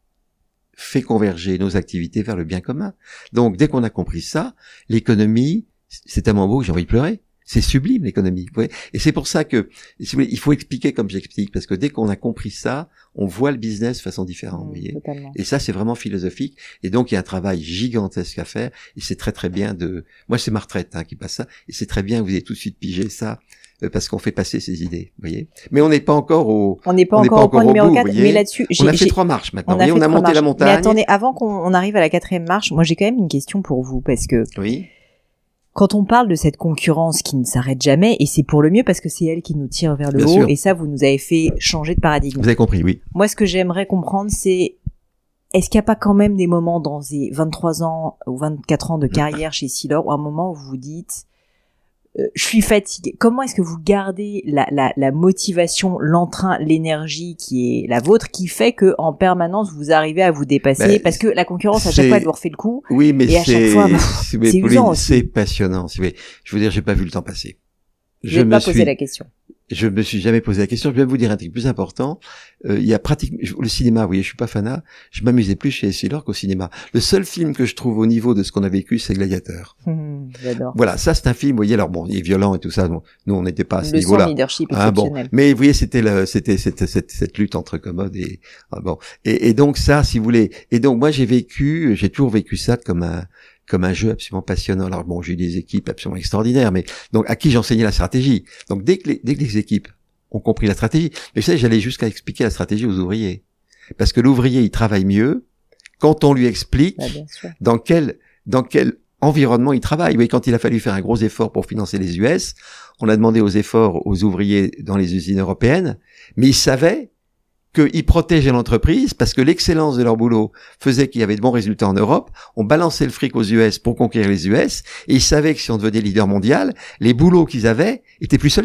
fait converger nos activités vers le bien commun. Donc, dès qu'on a compris ça, l'économie, c'est tellement beau que j'ai envie de pleurer. C'est sublime, l'économie. Vous voyez. Et c'est pour ça que, si vous voulez, il faut expliquer comme j'explique, parce que dès qu'on a compris ça, on voit le business de façon différente. Mmh, vous voyez. Totalement. Et ça, c'est vraiment philosophique. Et donc, il y a un travail gigantesque à faire. Et c'est très très bien de. Moi, c'est ma retraite hein, qui passe ça. Et c'est très bien que vous ayez tout de suite pigé ça, euh, parce qu'on fait passer ces idées. Vous voyez. Mais on n'est pas encore au. On n'est pas, pas encore au point numéro quatre. Mais là-dessus, on a fait trois marches maintenant. On a, on a monté marches. la montagne. Mais attendez, avant qu'on arrive à la quatrième marche, moi, j'ai quand même une question pour vous, parce que. Oui. Quand on parle de cette concurrence qui ne s'arrête jamais, et c'est pour le mieux parce que c'est elle qui nous tire vers le Bien haut, sûr. Et ça, vous nous avez fait changer de paradigme. Vous avez compris, oui. Moi, ce que j'aimerais comprendre, c'est est-ce qu'il n'y a pas quand même des moments dans ces vingt-trois ans ou vingt-quatre ans de carrière chez Essilor où à un moment où vous vous dites euh, je suis fatiguée. Comment est-ce que vous gardez la, la, la motivation, l'entrain, l'énergie qui est la vôtre, qui fait que en permanence vous arrivez à vous dépasser ben, parce que la concurrence à chaque fois elle vous refait le coup. Oui, mais et à chaque fois bah, c'est, c'est usant aussi. C'est passionnant. Je veux dire, j'ai pas vu le temps passer. Je ne vais pas suis... poser la question. Je me suis jamais posé la question. Je vais vous dire un truc plus important. Euh, il y a pratiquement le cinéma. Vous voyez, je suis pas fanat. Je m'amusais plus chez Essilor qu'au cinéma. Le seul film que je trouve au niveau de ce qu'on a vécu, c'est Gladiateur. Mmh, j'adore. Voilà, ça c'est un film. Vous voyez, alors bon, il est violent et tout ça. Bon, nous, on n'était pas à ce le niveau-là. Le leadership ah, exceptionnel. Bon. Mais vous voyez, c'était le, c'était, c'était cette, cette lutte entre commodes et ah, bon. Et, et donc ça, si vous voulez. Et donc moi, j'ai vécu, j'ai toujours vécu ça comme un. comme un jeu absolument passionnant. Alors bon, j'ai eu des équipes absolument extraordinaires, mais donc à qui j'enseignais la stratégie. Donc dès que les, dès que les équipes ont compris la stratégie, mais vous savez, j'allais jusqu'à expliquer la stratégie aux ouvriers, parce que l'ouvrier il travaille mieux quand on lui explique bah, dans quel dans quel environnement il travaille. Oui, quand il a fallu faire un gros effort pour financer les U S, on a demandé aux efforts aux ouvriers dans les usines européennes, mais ils savaient qu'ils protégeaient l'entreprise parce que l'excellence de leur boulot faisait qu'il y avait de bons résultats en Europe. On balançait le fric aux U S pour conquérir les U S et ils savaient que si on devenait leader mondial, les boulots qu'ils avaient étaient plus solides.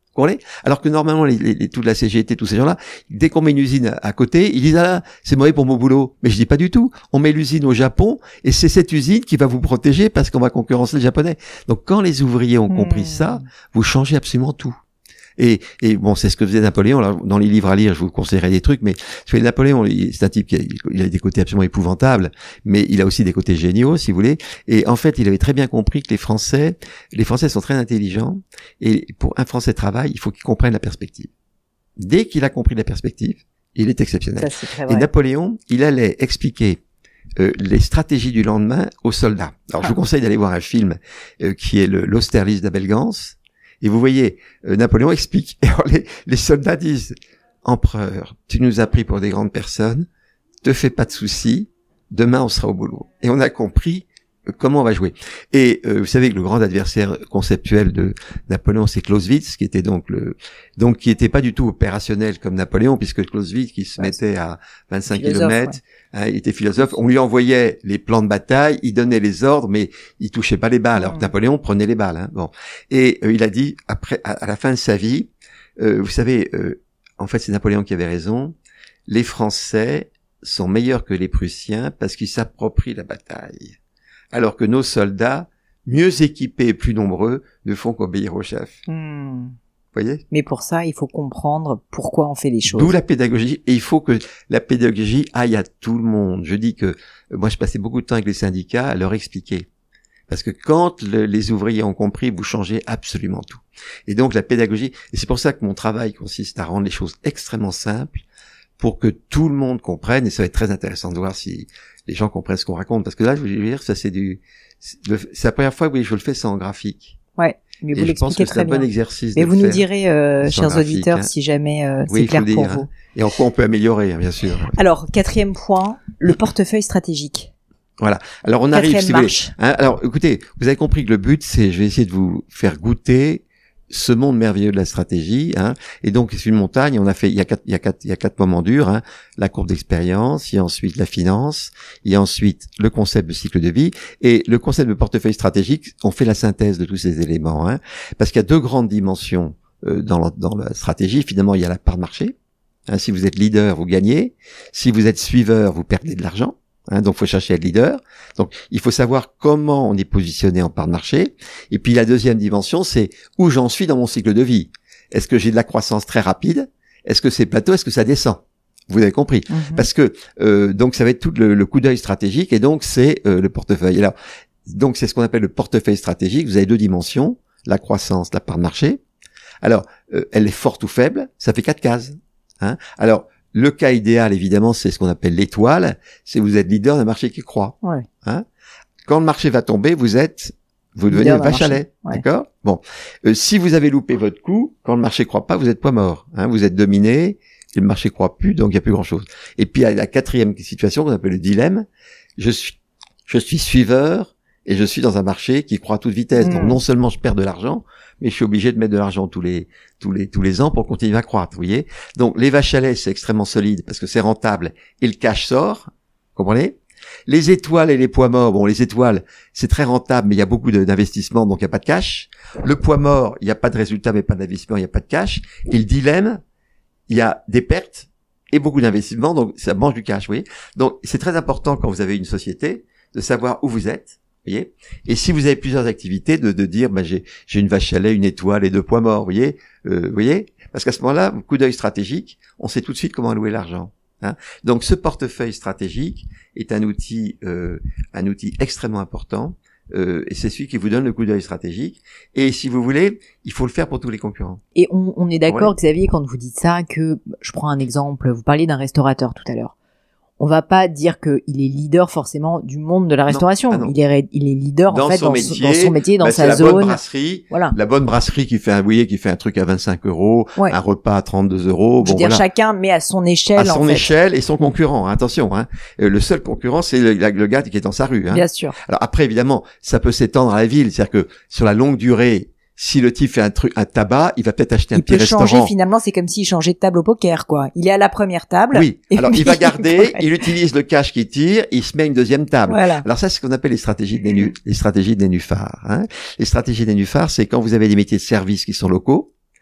Alors que normalement, les, les, toute la C G T, tous ces gens-là, dès qu'on met une usine à, à côté, ils disent ah là, c'est mauvais pour mon boulot. Mais je dis pas du tout. On met l'usine au Japon et c'est cette usine qui va vous protéger parce qu'on va concurrencer les Japonais. Donc quand les ouvriers ont mmh. compris ça, vous changez absolument tout. Et, et bon, c'est ce que faisait Napoléon. Alors, dans les livres à lire, je vous conseillerais des trucs, mais Napoléon, c'est un type qui a, il a des côtés absolument épouvantables, mais il a aussi des côtés géniaux, si vous voulez. Et en fait, il avait très bien compris que les Français, les Français sont très intelligents, et pour un Français travail, il faut qu'il comprenne la perspective. Dès qu'il a compris la perspective, il est exceptionnel. Ça, c'est très vrai. Et Napoléon, il allait expliquer Euh, les stratégies du lendemain aux soldats. Alors, ah. je vous conseille d'aller voir un film euh, qui est le, l'Austerlitz d'Abel Gance. Et vous voyez, euh, Napoléon explique. Et alors, les, les soldats disent, empereur, tu nous as pris pour des grandes personnes, te fais pas de soucis, demain on sera au boulot. Et on a compris euh, comment on va jouer. Et euh, vous savez que le grand adversaire conceptuel de Napoléon, c'est Clausewitz, qui était donc le, donc qui était pas du tout opérationnel comme Napoléon, puisque Clausewitz, qui se ouais, mettait à vingt-cinq kilomètres, ouais. Hein, il était philosophe, on lui envoyait les plans de bataille, il donnait les ordres, mais il touchait pas les balles, alors que Napoléon prenait les balles. Hein, bon, et euh, il a dit après, à, à la fin de sa vie, euh, vous savez, euh, en fait, c'est Napoléon qui avait raison. Les Français sont meilleurs que les Prussiens parce qu'ils s'approprient la bataille, alors que nos soldats, mieux équipés et plus nombreux, ne font qu'obéir au chef. Hmm. Vous voyez ? Mais pour ça, il faut comprendre pourquoi on fait les choses. D'où la pédagogie. Et il faut que la pédagogie aille à tout le monde. Je dis que euh, moi, je passais beaucoup de temps avec les syndicats à leur expliquer. Parce que quand le, les ouvriers ont compris, vous changez absolument tout. Et donc, la pédagogie, et c'est pour ça que mon travail consiste à rendre les choses extrêmement simples pour que tout le monde comprenne. Et ça va être très intéressant de voir si les gens comprennent ce qu'on raconte. Parce que là, je veux dire, ça c'est du... C'est la première fois que oui, je le fais sans graphique. Ouais. Mais vous l'expliquez très bien. C'est un bon exercice. Mais de vous le nous faire direz, euh, chers graphique, auditeurs, hein. si jamais euh, oui, c'est clair dire, pour hein. vous. Et en quoi on peut améliorer, hein, bien sûr. Alors, quatrième point, le portefeuille stratégique. Voilà. Alors on arrive. Si vous voulez, hein, alors écoutez, vous avez compris que le but, c'est, je vais essayer de vous faire goûter ce monde merveilleux de la stratégie, hein. Et donc c'est une montagne. On a fait, il y a quatre, il y a quatre, il y a quatre moments durs, hein. La courbe d'expérience, il y a ensuite la finance, il y a ensuite le concept de cycle de vie et le concept de portefeuille stratégique. On fait la synthèse de tous ces éléments, hein, parce qu'il y a deux grandes dimensions euh, dans la, dans la stratégie. Finalement, il y a la part de marché. Hein, si vous êtes leader, vous gagnez. Si vous êtes suiveur, vous perdez de l'argent. Hein, donc, faut chercher à être leader. Donc, il faut savoir comment on est positionné en part de marché. Et puis, la deuxième dimension, c'est où j'en suis dans mon cycle de vie. Est-ce que j'ai de la croissance très rapide ? Est-ce que c'est plateau ? Est-ce que ça descend ? Vous avez compris. Mm-hmm. Parce que, euh, donc, ça va être tout le, le coup d'œil stratégique et donc, c'est euh, le portefeuille. Alors, donc, c'est ce qu'on appelle le portefeuille stratégique. Vous avez deux dimensions, la croissance, la part de marché. Alors, euh, elle est forte ou faible, ça fait quatre cases. Hein. Alors, le cas idéal, évidemment, c'est ce qu'on appelle l'étoile, c'est vous êtes leader d'un marché qui croît. Ouais. Hein. Quand le marché va tomber, vous êtes, vous devenez un vache à lait, ouais. D'accord ? Bon, euh, si vous avez loupé votre coup, quand le marché croît pas, vous êtes poids mort. Hein. Vous êtes dominé, et le marché croît plus, donc il y a plus grand-chose. Et puis la quatrième situation qu'on appelle le dilemme, je suis, je suis suiveur et je suis dans un marché qui croît à toute vitesse. Mmh. Donc non seulement je perds de l'argent, mais je suis obligé de mettre de l'argent tous les tous les tous les ans pour continuer à croître, vous voyez. Donc les vaches à lait, c'est extrêmement solide parce que c'est rentable et le cash sort, comprenez. Les étoiles et les poids morts, bon les étoiles, c'est très rentable mais il y a beaucoup de, d'investissement donc il n'y a pas de cash. Le poids mort, il n'y a pas de résultat mais pas d'investissement, il n'y a pas de cash. Et le dilemme, il y a des pertes et beaucoup d'investissements donc ça mange du cash, vous voyez. Donc c'est très important quand vous avez une société de savoir où vous êtes. Voyez, et si vous avez plusieurs activités, de, de dire, bah, j'ai, j'ai une vache à lait, une étoile et deux poids morts, vous voyez, euh, voyez, parce qu'à ce moment-là, coup d'œil stratégique, on sait tout de suite comment allouer l'argent. Hein. Donc, ce portefeuille stratégique est un outil, euh, un outil extrêmement important, euh, et c'est celui qui vous donne le coup d'œil stratégique. Et si vous voulez, il faut le faire pour tous les concurrents. Et on, on est d'accord, ouais. Xavier, quand vous dites ça, que je prends un exemple. Vous parliez d'un restaurateur tout à l'heure. On va pas dire qu'il est leader forcément du monde de la restauration. Non, ah non. Il est, il est leader dans en fait son dans, métier, dans son métier, dans bah, sa c'est la zone. Bonne brasserie, voilà. La bonne brasserie qui fait un, vous voyez, qui fait un truc à vingt-cinq euros, ouais. Un repas à trente-deux euros. Je veux bon, dire, voilà. Chacun met à son échelle. À son en fait. échelle et son concurrent. Hein, attention, hein. Le seul concurrent, c'est le, le gars qui est dans sa rue. Hein. Bien sûr. Alors après, évidemment, ça peut s'étendre à la ville, c'est-à-dire que sur la longue durée. Si le type fait un truc, un tabac, il va peut-être acheter un il petit restaurant. Il peut changer, finalement, c'est comme s'il changeait de table au poker, quoi. Il est à la première table. Oui. Alors, il va garder, il utilise le cash qu'il tire, il se met une deuxième table. Voilà. Alors ça, c'est ce qu'on appelle les stratégies de les stratégies de nénuphars, hein. Les stratégies de nénuphars, c'est quand vous avez des métiers de service qui sont locaux.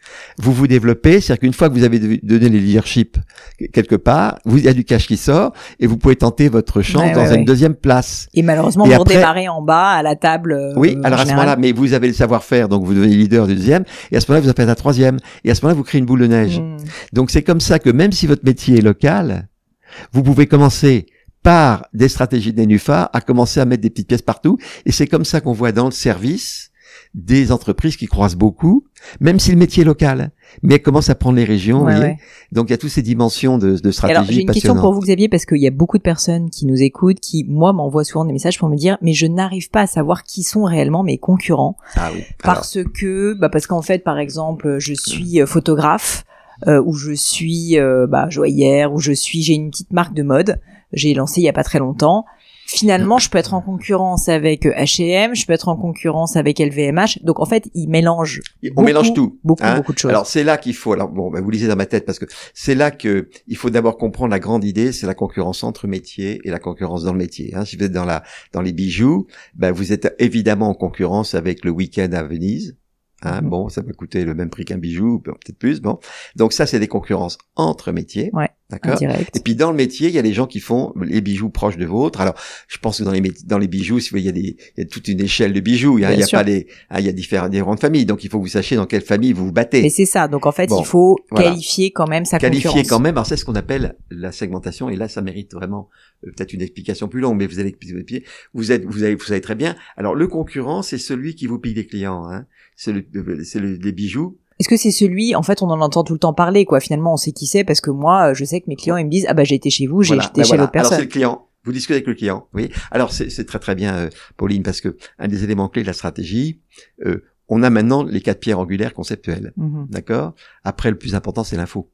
Vous vous développez, c'est-à-dire qu'une fois que vous avez donné les leadership quelque part, vous, il y a du cash qui sort et vous pouvez tenter votre chance ouais, dans ouais, une ouais. deuxième place. Et malheureusement, et vous après, redémarrez en bas à la table. Euh, oui, alors à ce moment-là, mais vous avez le savoir-faire, donc vous devenez leader du deuxième, et à ce moment-là, vous en faites un troisième, et à ce moment-là, vous créez une boule de neige. Mmh. Donc c'est comme ça que même si votre métier est local, vous pouvez commencer par des stratégies de nénuphar à commencer à mettre des petites pièces partout, et c'est comme ça qu'on voit dans le service des entreprises qui croissent beaucoup, même si le métier est local, mais elles commencent à prendre les régions, ouais, vous voyez. Ouais. Donc il y a toutes ces dimensions de, de stratégie. Alors j'ai une question pour vous Xavier, parce qu'il y a beaucoup de personnes qui nous écoutent, qui moi m'envoient souvent des messages pour me dire mais je n'arrive pas à savoir qui sont réellement mes concurrents. Ah oui. Parce Alors. que bah parce qu'en fait par exemple je suis photographe euh, ou je suis euh, bah joaillère ou je suis j'ai une petite marque de mode, j'ai lancé il y a pas très longtemps. Finalement, je peux être en concurrence avec H et M, je peux être en concurrence avec L V M H. Donc, en fait, ils mélangent On beaucoup, mélange tout. Beaucoup, hein. beaucoup de choses. Alors, c'est là qu'il faut, alors bon, bah, vous lisez dans ma tête parce que c'est là que il faut d'abord comprendre la grande idée, c'est la concurrence entre métiers et la concurrence dans le métier. Hein. Si vous êtes dans la, dans les bijoux, bah, vous êtes évidemment en concurrence avec le week-end à Venise. Hein, mmh. Bon, ça va coûter le même prix qu'un bijou, peut-être plus. Bon, donc ça, c'est des concurrences entre métiers, ouais, d'accord. Direct. Et puis dans le métier, il y a les gens qui font les bijoux proches de vôtres. Alors, je pense que dans les dans les bijoux, si vous voyez, il y a des, il y a toute une échelle de bijoux. Hein, il y a sûr. pas les, hein, il y a différentes, différentes familles. Donc, il faut que vous sachiez dans quelle famille vous vous battez. Et c'est ça. Donc, en fait, bon, il faut voilà. qualifier quand même sa qualifier concurrence. Qualifier quand même. Alors, c'est ce qu'on appelle la segmentation. Et là, ça mérite vraiment euh, peut-être une explication plus longue. Mais vous allez vous êtes, vous avez, vous savez très bien. Alors, le concurrent, c'est celui qui vous pique des clients. Hein. C'est le, c'est le, les bijoux. Est-ce que c'est celui, en fait, on en entend tout le temps parler, quoi. Finalement, on sait qui c'est parce que moi, je sais que mes clients, ils me disent, ah bah j'ai été chez vous, j'ai voilà. été ben chez voilà. l'autre personne. Alors c'est le client. Vous discutez avec le client. Oui. Alors c'est, c'est très très bien, euh, Pauline, parce que un des éléments clés de la stratégie, euh, on a maintenant les quatre pierres angulaires conceptuelles. Mm-hmm. D'accord. Après, le plus important, c'est l'info.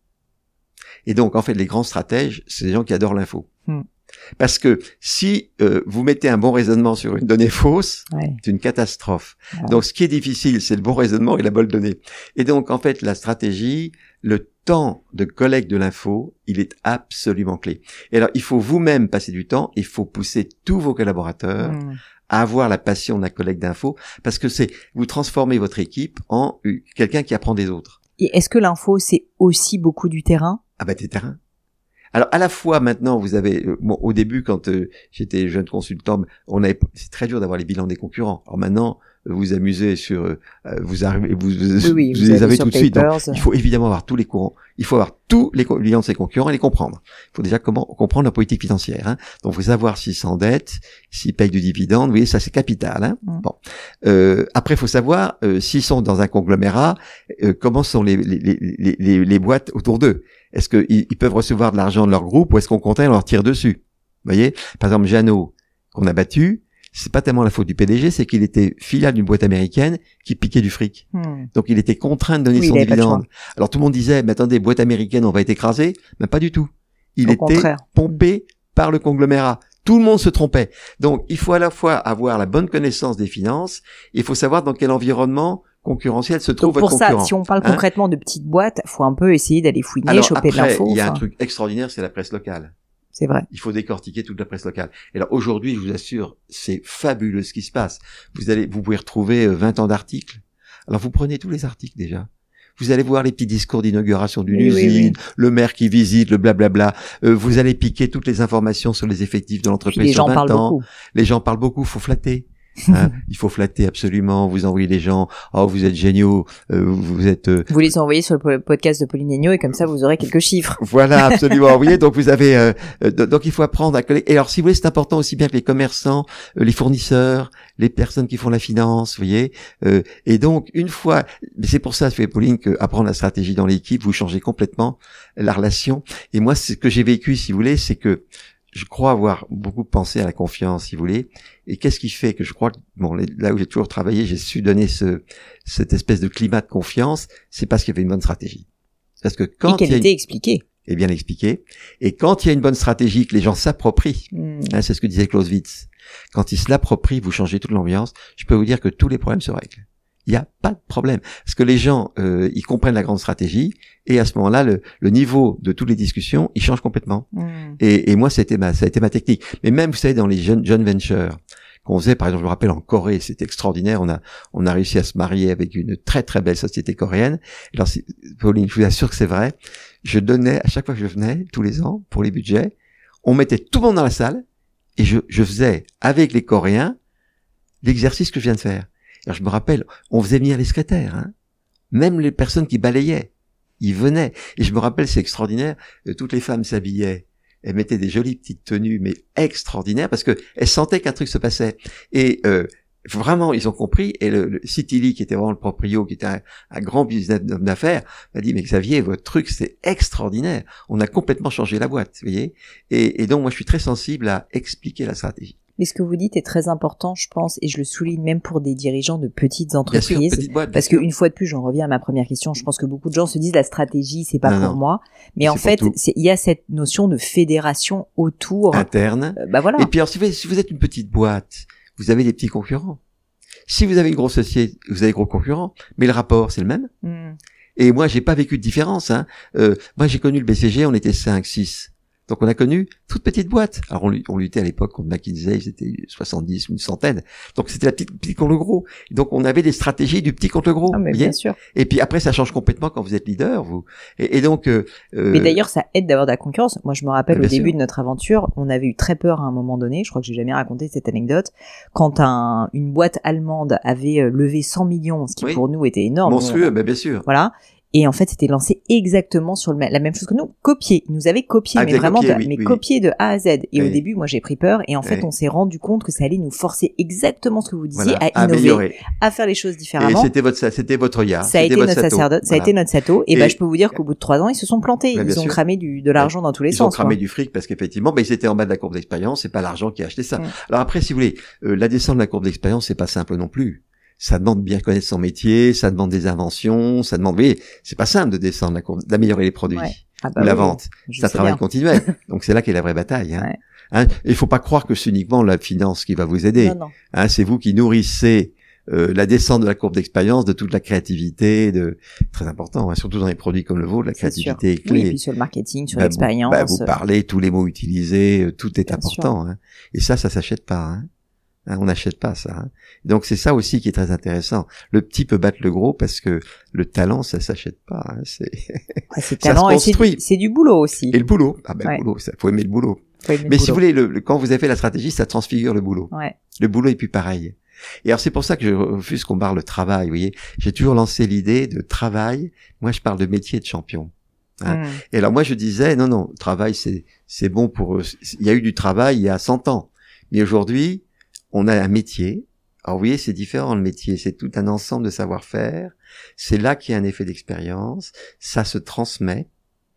Et donc, en fait, les grands stratèges, c'est des gens qui adorent l'info. Mm. Parce que si euh, vous mettez un bon raisonnement sur une donnée fausse, ouais. c'est une catastrophe. Ouais. Donc, ce qui est difficile, c'est le bon raisonnement et la bonne donnée. Et donc, en fait, la stratégie, le temps de collecte de l'info, il est absolument clé. Et alors, il faut vous-même passer du temps, il faut pousser tous vos collaborateurs mmh. à avoir la passion de la collecte d'infos, parce que c'est vous transformez votre équipe en quelqu'un qui apprend des autres. Et est-ce que l'info, c'est aussi beaucoup du terrain ? Ah bah, des terrains. Alors à la fois maintenant vous avez euh, bon, au début quand euh, j'étais jeune consultant on avait c'est très dur d'avoir les bilans des concurrents. Alors maintenant vous vous amusez sur euh, vous arrivez vous, vous, oui, oui, vous, vous les avez tout de suite. Donc, euh... il faut évidemment avoir tous les courants. Il faut avoir tous les bilans de ses concurrents et les comprendre. Il faut déjà comment comprendre leur politique financière. Hein. Donc il faut savoir s'ils s'endettent, s'ils payent du dividende. Vous voyez ça c'est capital. Hein. Mm. Bon. Euh, après il faut savoir euh, s'ils sont dans un conglomérat euh, comment sont les les, les les les boîtes autour d'eux. Est-ce qu'ils ils peuvent recevoir de l'argent de leur groupe ou est-ce qu'on compte, on leur tire dessus? Vous voyez? Par exemple, Jeannot, qu'on a battu, c'est pas tellement la faute du P D G, c'est qu'il était filiale d'une boîte américaine qui piquait du fric. Hmm. Donc, il était contraint de donner oui, son dividende. Alors, tout le monde disait, mais attendez, boîte américaine, on va être écrasé. Mais pas du tout. Il Au était contraire. pompé par le conglomérat. Tout le monde se trompait. Donc, il faut à la fois avoir la bonne connaissance des finances, il faut savoir dans quel environnement concurrentiel se trouve Donc pour votre ça, concurrent. Si on parle hein concrètement de petites boîtes, faut un peu essayer d'aller fouiner, alors, choper après, de l'info. Il y a enfin... un truc extraordinaire, c'est la presse locale. C'est vrai. Il faut décortiquer toute la presse locale. Et alors aujourd'hui, je vous assure, c'est fabuleux ce qui se passe. Vous allez, vous pouvez retrouver vingt ans d'articles. Alors vous prenez tous les articles déjà. Vous allez voir les petits discours d'inauguration d'une oui, usine, oui, oui. le maire qui visite, le blablabla. Euh, vous allez piquer toutes les informations sur les effectifs de l'entreprise sur vingt ans. Beaucoup. Les gens parlent beaucoup, faut flatter. Hein, il faut flatter absolument, vous envoyez les gens, oh vous êtes géniaux, euh, vous êtes... Euh... Vous les envoyez sur le podcast de Pauline Agneau et comme ça vous aurez quelques chiffres. Voilà, absolument, vous voyez, donc vous avez... Euh, euh, donc il faut apprendre à collecter. Et alors si vous voulez, c'est important aussi bien que les commerçants, euh, les fournisseurs, les personnes qui font la finance, vous voyez. Euh, et donc une fois, mais c'est pour ça, fait Pauline, que apprendre la stratégie dans l'équipe, vous changez complètement la relation. Et moi, ce que j'ai vécu, si vous voulez, c'est que je crois avoir beaucoup pensé à la confiance, si vous voulez. Et qu'est-ce qui fait que je crois que, bon, là où j'ai toujours travaillé, j'ai su donner ce, cette espèce de climat de confiance, c'est parce qu'il y avait une bonne stratégie. Parce que quand et qu'elle il y a était une... expliquée. Et bien expliqué. Et quand il y a une bonne stratégie, que les gens s'approprient, mmh. hein, c'est ce que disait Clausewitz. Quand ils se l'approprient, vous changez toute l'ambiance. Je peux vous dire que tous les problèmes se règlent. Il n'y a pas de problème. Parce que les gens, euh, ils comprennent la grande stratégie, et à ce moment-là, le, le niveau de toutes les discussions, il change complètement. Mmh. Et, et moi, c'était ma, ça a été ma technique. Mais même, vous savez, dans les jeunes, jeunes ventures, qu'on faisait. Par exemple, je me rappelle en Corée, c'était extraordinaire. On a, on a réussi à se marier avec une très très belle société coréenne. Alors, si, Pauline, je vous assure que c'est vrai. Je donnais à chaque fois que je venais, tous les ans, pour les budgets, on mettait tout le monde dans la salle et je, je faisais avec les Coréens l'exercice que je viens de faire. Alors, je me rappelle, on faisait venir les secrétaires, hein. Même les personnes qui balayaient, ils venaient. Et je me rappelle, c'est extraordinaire, euh, toutes les femmes s'habillaient. Elles mettaient des jolies petites tenues, mais extraordinaires, parce que elles sentaient qu'un truc se passait. Et euh, vraiment, ils ont compris. Et le, le Citili, qui était vraiment le proprio, qui était un, un grand business d'homme d'affaires, m'a dit, mais Xavier, votre truc, c'est extraordinaire. On a complètement changé la boîte, vous voyez. Et, et donc, moi, je suis très sensible à expliquer la stratégie. Mais ce que vous dites est très important, je pense, et je le souligne même pour des dirigeants de petites entreprises. Bien sûr, petite boîte, parce qu'une fois de plus, j'en reviens à ma première question, je pense que beaucoup de gens se disent la stratégie, c'est pas non, pour non. moi. Mais en fait, il y a cette notion de fédération autour. Interne. Euh, bah voilà. Et puis alors, si vous, si vous êtes une petite boîte, vous avez des petits concurrents. Si vous avez une grosse société, vous avez des gros concurrents, mais le rapport, c'est le même. Mm. Et moi, j'ai pas vécu de différence. Hein. Euh, moi, j'ai connu le B C G, on était cinq, six. Donc on a connu toute petite boîte. Alors on, on luttait à l'époque contre McKinsey, c'était soixante-dix, une centaine. Donc c'était la petite, petite contre le gros. Donc on avait des stratégies du petit contre le gros. Ah, mais bien sûr. Et puis après ça change complètement quand vous êtes leader, vous. Et, et donc. Euh, mais d'ailleurs ça aide d'avoir de la concurrence. Moi je me rappelle au début sûr. de notre aventure, on avait eu très peur à un moment donné. Je crois que j'ai jamais raconté cette anecdote. Quand un, une boîte allemande avait levé cent millions, ce qui oui. pour nous était énorme. Monstrueux, mais bien sûr. Voilà. Et en fait, c'était lancé exactement sur le même, la même chose que nous, copié. Ils nous avaient copié, ah, mais vraiment, copié, de, oui, mais oui. copié de A à Z. Et oui. au début, moi, j'ai pris peur. Et en fait, oui. on s'est rendu compte que ça allait nous forcer exactement ce que vous disiez, voilà. à innover, Améliorer. à faire les choses différemment. Et c'était votre, c'était votre ya. Ça a été votre notre sato. sacerdote, ça voilà. a été notre sato. Et, et bah, je peux vous dire qu'au bout de trois ans, ils se sont plantés. Bah, ils ont sûr. cramé du, de l'argent dans tous les ils sens. Ils ont cramé quoi. du fric parce qu'effectivement, bah, ils étaient en bas de la courbe d'expérience. C'est pas l'argent qui a acheté ça. Mm. Alors après, si vous voulez, euh, la descente de la courbe d'expérience, c'est pas simple non plus. Ça demande de bien connaître son métier, ça demande des inventions, ça demande, vous voyez, c'est pas simple de descendre la courbe, d'améliorer les produits ouais. ah bah ou la oui, vente. C'est un travail bien. continuel. Donc c'est là qu'est la vraie bataille. Hein. Ouais. Hein, il faut pas croire que c'est uniquement la finance qui va vous aider. Non, non. Hein, c'est vous qui nourrissez euh, la descente de la courbe d'expérience, de toute la créativité, de très important, hein, surtout dans les produits comme le vôtre, la créativité est, est clé. Oui, et puis sur le marketing, sur bah, l'expérience. Bah, vous parlez, tous les mots utilisés, tout est bien important. Hein. Et ça, ça s'achète pas. Hein. Hein, on n'achète pas ça. Hein. Donc c'est ça aussi qui est très intéressant. Le petit peut battre le gros parce que le talent, ça s'achète pas. Hein. C'est ouais, c'est talent et c'est du, c'est du boulot aussi. Et le boulot, ah ben ouais. le boulot, ça faut aimer le boulot. Faut aimer Mais le si boulot. vous voulez, le, le, quand vous avez fait la stratégie, ça transfigure le boulot. Ouais. Le boulot est plus pareil. Et alors c'est pour ça que je refuse qu'on parle de travail. Vous voyez, j'ai toujours lancé l'idée de travail. Moi, je parle de métier de champion. Hein. Mmh. Et alors moi, je disais non, non, travail, c'est c'est bon pour. Il y a eu du travail il y a cent ans, mais aujourd'hui on a un métier. Alors, vous voyez, c'est différent, le métier. C'est tout un ensemble de savoir-faire. C'est là qu'il y a un effet d'expérience. Ça se transmet.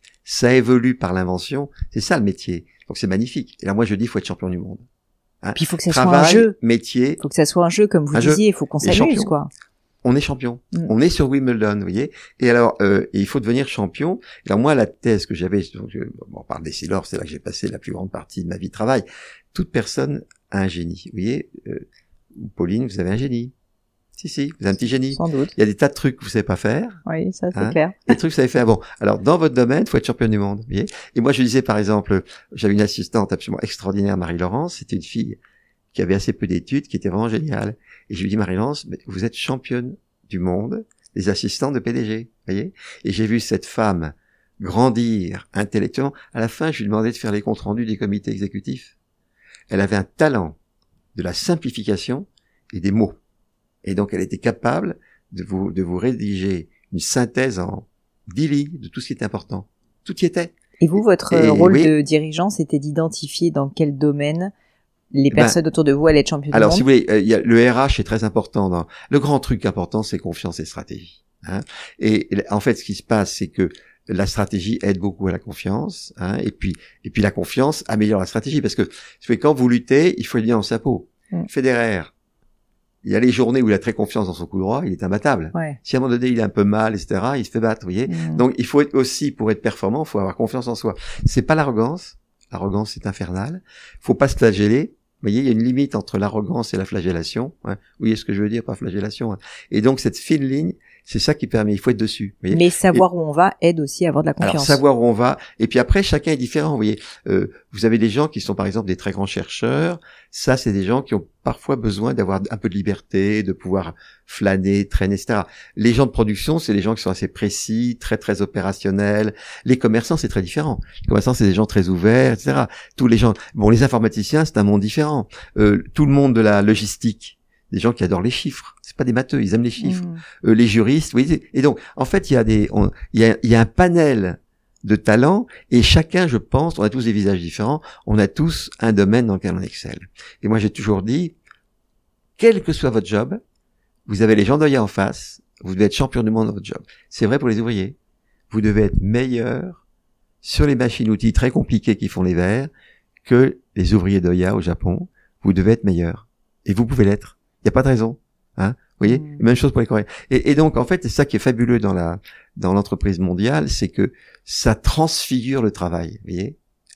Ça évolue par l'invention. C'est ça, le métier. Donc, c'est magnifique. Et là, moi, je dis, il faut être champion du monde. Hein. Puis, il faut que ça Travail, soit un jeu. métier. Il faut que ça soit un jeu, comme vous disiez. Il faut qu'on s'amuse, quoi. On est champion. Mm. On est sur Wimbledon, vous voyez. Et alors, euh, et il faut devenir champion. Et alors, moi, la thèse que j'avais, donc, je, bon, on parle des Silor, c'est là que j'ai passé la plus grande partie de ma vie de travail. Toute personne a un génie. Vous voyez, euh, Pauline, vous avez un génie. Si, si, vous avez un petit génie. Sans doute. Il y a des tas de trucs que vous savez pas faire. Oui, ça, c'est hein, clair. Des trucs que vous savez faire. Bon, alors, dans votre domaine, il faut être champion du monde, vous voyez. Et moi, je disais, par exemple, j'avais une assistante absolument extraordinaire, Marie-Laurence. C'était une fille qui avait assez peu d'études, qui était vraiment géniale. Et je lui dis, Marie-Laurence, vous êtes championne du monde des assistants de P D G, vous voyez. Et j'ai vu cette femme grandir intellectuellement. À la fin, je lui demandais de faire les comptes rendus des comités exécutifs. Elle avait un talent de la simplification et des mots. Et donc, elle était capable de vous, de vous rédiger une synthèse en dix lignes de tout ce qui était important. Tout y était. Et vous, votre et, rôle oui. de dirigeant, c'était d'identifier dans quel domaine les personnes ben, autour de vous allaient être championnes du monde. Alors, si vous voulez, euh, y a, le R H est très important. Dans, le grand truc important, c'est confiance et stratégie. Hein. Et en fait, ce qui se passe, c'est que la stratégie aide beaucoup à la confiance, hein, et puis et puis la confiance améliore la stratégie, parce que quand vous luttez, il faut être bien dans sa peau. Mm. Federer, il y a les journées où il a très confiance dans son coup droit, il est imbattable. Ouais. Si à un moment donné il est un peu mal, et cetera, il se fait battre, vous voyez. Mm. Donc il faut être aussi, pour être performant, il faut avoir confiance en soi. C'est pas l'arrogance, l'arrogance c'est infernal. Faut pas se flageller. Vous voyez, il y a une limite entre l'arrogance et la flagellation. Hein. Vous voyez ce que je veux dire par flagellation. Hein. Et donc cette fine ligne, c'est ça qui permet, il faut être dessus. Vous voyez. Mais savoir et, où on va aide aussi à avoir de la confiance. Alors savoir où on va, et puis après chacun est différent. Vous voyez, euh, vous avez des gens qui sont par exemple des très grands chercheurs. Ça, c'est des gens qui ont parfois besoin d'avoir un peu de liberté, de pouvoir flâner, traîner, et cetera. Les gens de production, c'est les gens qui sont assez précis, très très opérationnels. Les commerçants, c'est très différent. Les commerçants, c'est des gens très ouverts, et cetera. Tous les gens, bon, les informaticiens, c'est un monde différent. Euh, tout le monde de la logistique, des gens qui adorent les chiffres. C'est pas des matheux, ils aiment les chiffres. Mmh. Euh, les juristes, oui. Et donc, en fait, il y a des, on, il y a, il y a un panel de talents, et chacun, je pense, on a tous des visages différents, on a tous un domaine dans lequel on excelle. Et moi, j'ai toujours dit, quel que soit votre job, vous avez les gens d'Oya en face, vous devez être champion du monde dans votre job. C'est vrai pour les ouvriers. Vous devez être meilleur sur les machines-outils très compliquées qui font les verres que les ouvriers d'Oya au Japon. Vous devez être meilleur. Et vous pouvez l'être. Il n'y a pas de raison. Hein? Vous voyez, mmh. Même chose pour les Coréens. Et, et donc, en fait, c'est ça qui est fabuleux dans la dans l'entreprise mondiale, c'est que ça transfigure le travail. Vous voyez.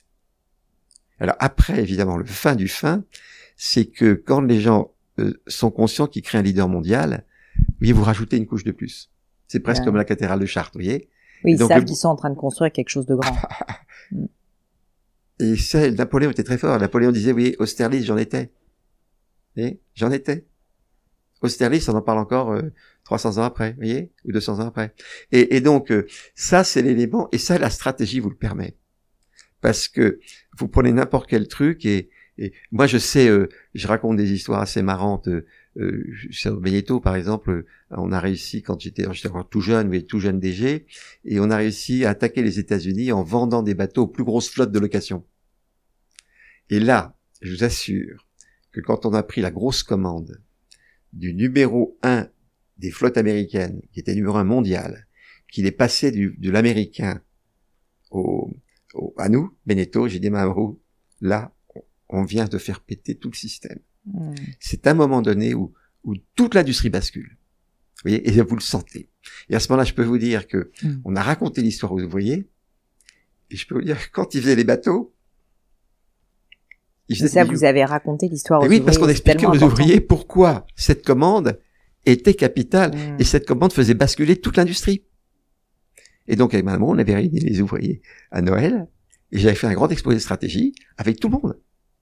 Alors après, évidemment, le fin du fin, c'est que quand les gens euh, sont conscients qu'ils créent un leader mondial, oui, vous rajoutez une couche de plus. C'est presque ouais. comme la cathédrale de Chartres, vous voyez. Oui, ils savent le... qu'ils sont en train de construire quelque chose de grand. mm. Et ça, Napoléon était très fort. Napoléon disait, vous voyez, Austerlitz, j'en étais. Vous voyez, j'en étais. Austerlitz, on en parle encore euh, trois cents ans après, vous voyez, ou deux cents ans après. Et, et donc, euh, ça, c'est l'élément, et ça, la stratégie vous le permet. Parce que vous prenez n'importe quel truc, et, et moi, je sais, euh, je raconte des histoires assez marrantes. Euh, euh, sur Beneteau, par exemple, euh, on a réussi, quand j'étais, j'étais encore tout jeune, mais tout jeune D G, et on a réussi à attaquer les États-Unis en vendant des bateaux aux plus grosses flottes de location. Et là, je vous assure que quand on a pris la grosse commande du numéro un des flottes américaines, qui était numéro un mondial, qu'il est passé du, de l'américain au, au, à nous, Beneteau, j'ai dit, Mamoru, là, on vient de faire péter tout le système. Mmh. C'est un moment donné où, où toute l'industrie bascule. Vous voyez, et vous le sentez. Et à ce moment-là, je peux vous dire que mmh. on a raconté l'histoire aux ouvriers, et je peux vous dire que quand ils faisaient les bateaux, ils faisaient ça, vous avez raconté l'histoire aux et ouvriers. Oui, parce qu'on expliquait aux important. ouvriers pourquoi cette commande était capitale, mmh. et cette commande faisait basculer toute l'industrie. Et donc, avec Madame Roux, on avait réuni les ouvriers à Noël, et j'avais fait un grand exposé de stratégie avec tout le monde.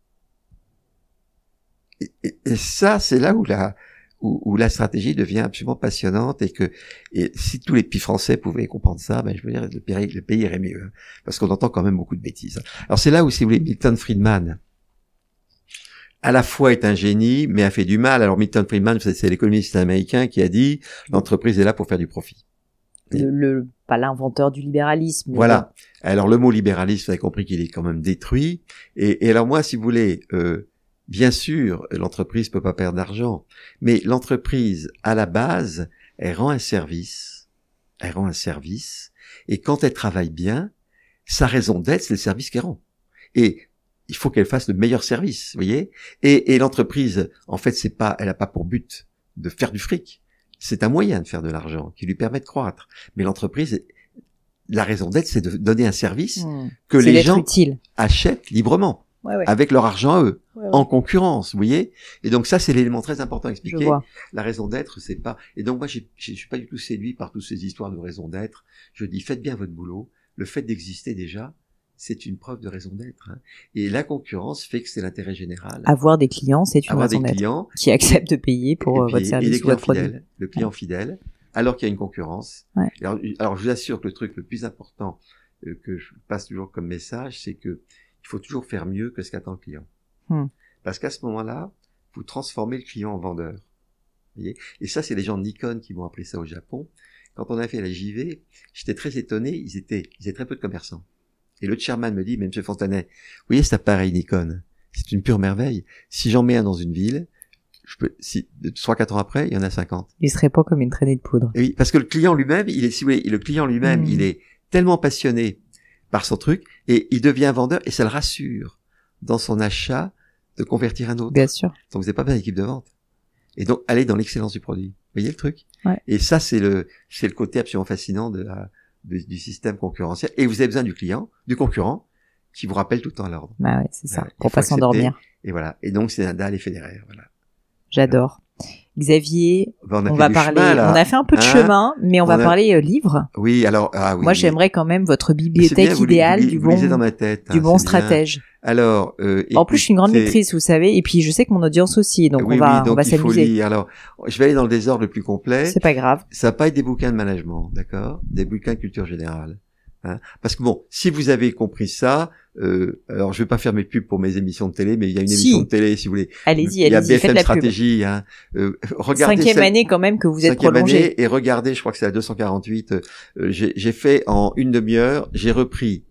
Et, et, et ça, c'est là où la, où, où la stratégie devient absolument passionnante, et que, et si tous les petits Français pouvaient comprendre ça, ben, je veux dire, le pays, le pays irait mieux, hein, parce qu'on entend quand même beaucoup de bêtises. Alors, c'est là où, si vous voulez, Milton Friedman, à la fois est un génie, mais a fait du mal. Alors, Milton Friedman, c'est l'économiste américain qui a dit, l'entreprise est là pour faire du profit. Le, le, pas l'inventeur du libéralisme. Voilà. Mais... Alors, le mot libéralisme, vous avez compris qu'il est quand même détruit. Et, et alors, moi, si vous voulez, euh, bien sûr, l'entreprise peut pas perdre d'argent, mais l'entreprise, à la base, elle rend un service, elle rend un service, et quand elle travaille bien, sa raison d'être, c'est le service qu'elle rend. Et il faut qu'elle fasse le meilleur service, vous voyez. Et, et l'entreprise, en fait, c'est pas, elle a pas pour but de faire du fric. C'est un moyen de faire de l'argent qui lui permet de croître. Mais l'entreprise, la raison d'être, c'est de donner un service mmh. que les gens utile. achètent librement. Ouais, ouais. Avec leur argent à eux, ouais, ouais. en concurrence, vous voyez. Et donc ça, c'est l'élément très important à expliquer. La raison d'être, c'est pas... Et donc moi, je suis pas du tout séduit par toutes ces histoires de raison d'être. Je dis, faites bien votre boulot. Le fait d'exister déjà, c'est une preuve de raison d'être. Hein. Et la concurrence fait que c'est l'intérêt général. Avoir des clients, c'est une Avoir raison d'être. Clients qui acceptent de payer pour puis, votre service ou votre produit. Fidèles, le client ouais. fidèle, alors qu'il y a une concurrence. Ouais. Alors, alors, je vous assure que le truc le plus important euh, que je passe toujours comme message, c'est que il faut toujours faire mieux que ce qu'attend le client. Hmm. Parce qu'à ce moment-là, vous transformez le client en vendeur. Vous voyez. Et ça, c'est les gens de Nikon qui m'ont appris ça au Japon. Quand on a fait la J V, j'étais très étonné, ils étaient, ils étaient très peu de commerçants. Et le chairman me dit, mais monsieur Fontanet, vous voyez cet appareil Nikon, c'est une pure merveille. Si j'en mets un dans une ville, je peux, si, trois, quatre ans après, il y en a cinquante. Il serait pas comme une traînée de poudre. Et oui, parce que le client lui-même, il est, si vous voulez, le client lui-même, mmh. il est tellement passionné par son truc, et il devient vendeur, et ça le rassure dans son achat de convertir un autre. Bien sûr. Donc vous n'avez pas besoin d'équipe de vente. Et donc, aller dans l'excellence du produit. Vous voyez le truc? Ouais. Et ça, c'est le, c'est le côté absolument fascinant de la, du, du système concurrentiel. Et vous avez besoin du client, du concurrent, qui vous rappelle tout le temps l'ordre. Bah ouais, c'est ça. Euh, pour pas s'endormir. Et voilà. Et donc, c'est Nadal et Federer, voilà. J'adore. Xavier, Ben, on, a on fait va du parler, chemin, là. on a fait un peu de Hein chemin, mais on, On va a- parler euh, livres. Oui, alors, ah oui. Moi, oui. j'aimerais quand même votre C'est bibliothèque bien, vous, li- idéale vous, li- du vous lisez dans bon, ma tête. du hein, bon c'est bien. stratège. Alors, euh, En plus, je suis une grande écoutez- lectrice, vous savez, et puis je sais que mon audience aussi, donc oui, on va, oui, donc on va il faut s'amuser. lire. Alors, je vais aller dans le désordre le plus complet. C'est pas grave. Ça va pas être des bouquins de management, d'accord? Des bouquins de culture générale. Hein, parce que bon, si vous avez compris ça, euh, alors je vais pas faire mes pubs pour mes émissions de télé, mais il y a une Si. émission de télé, si vous voulez. Allez-y, Il y a allez-y, faites B F M la pub. Stratégie. Hein, euh, regardez Cinquième celle- année quand même que vous êtes cinquième prolongé. année, et regardez, je crois que c'est la deux cent quarante-huit. euh, j'ai, j'ai fait en une demi-heure, j'ai repris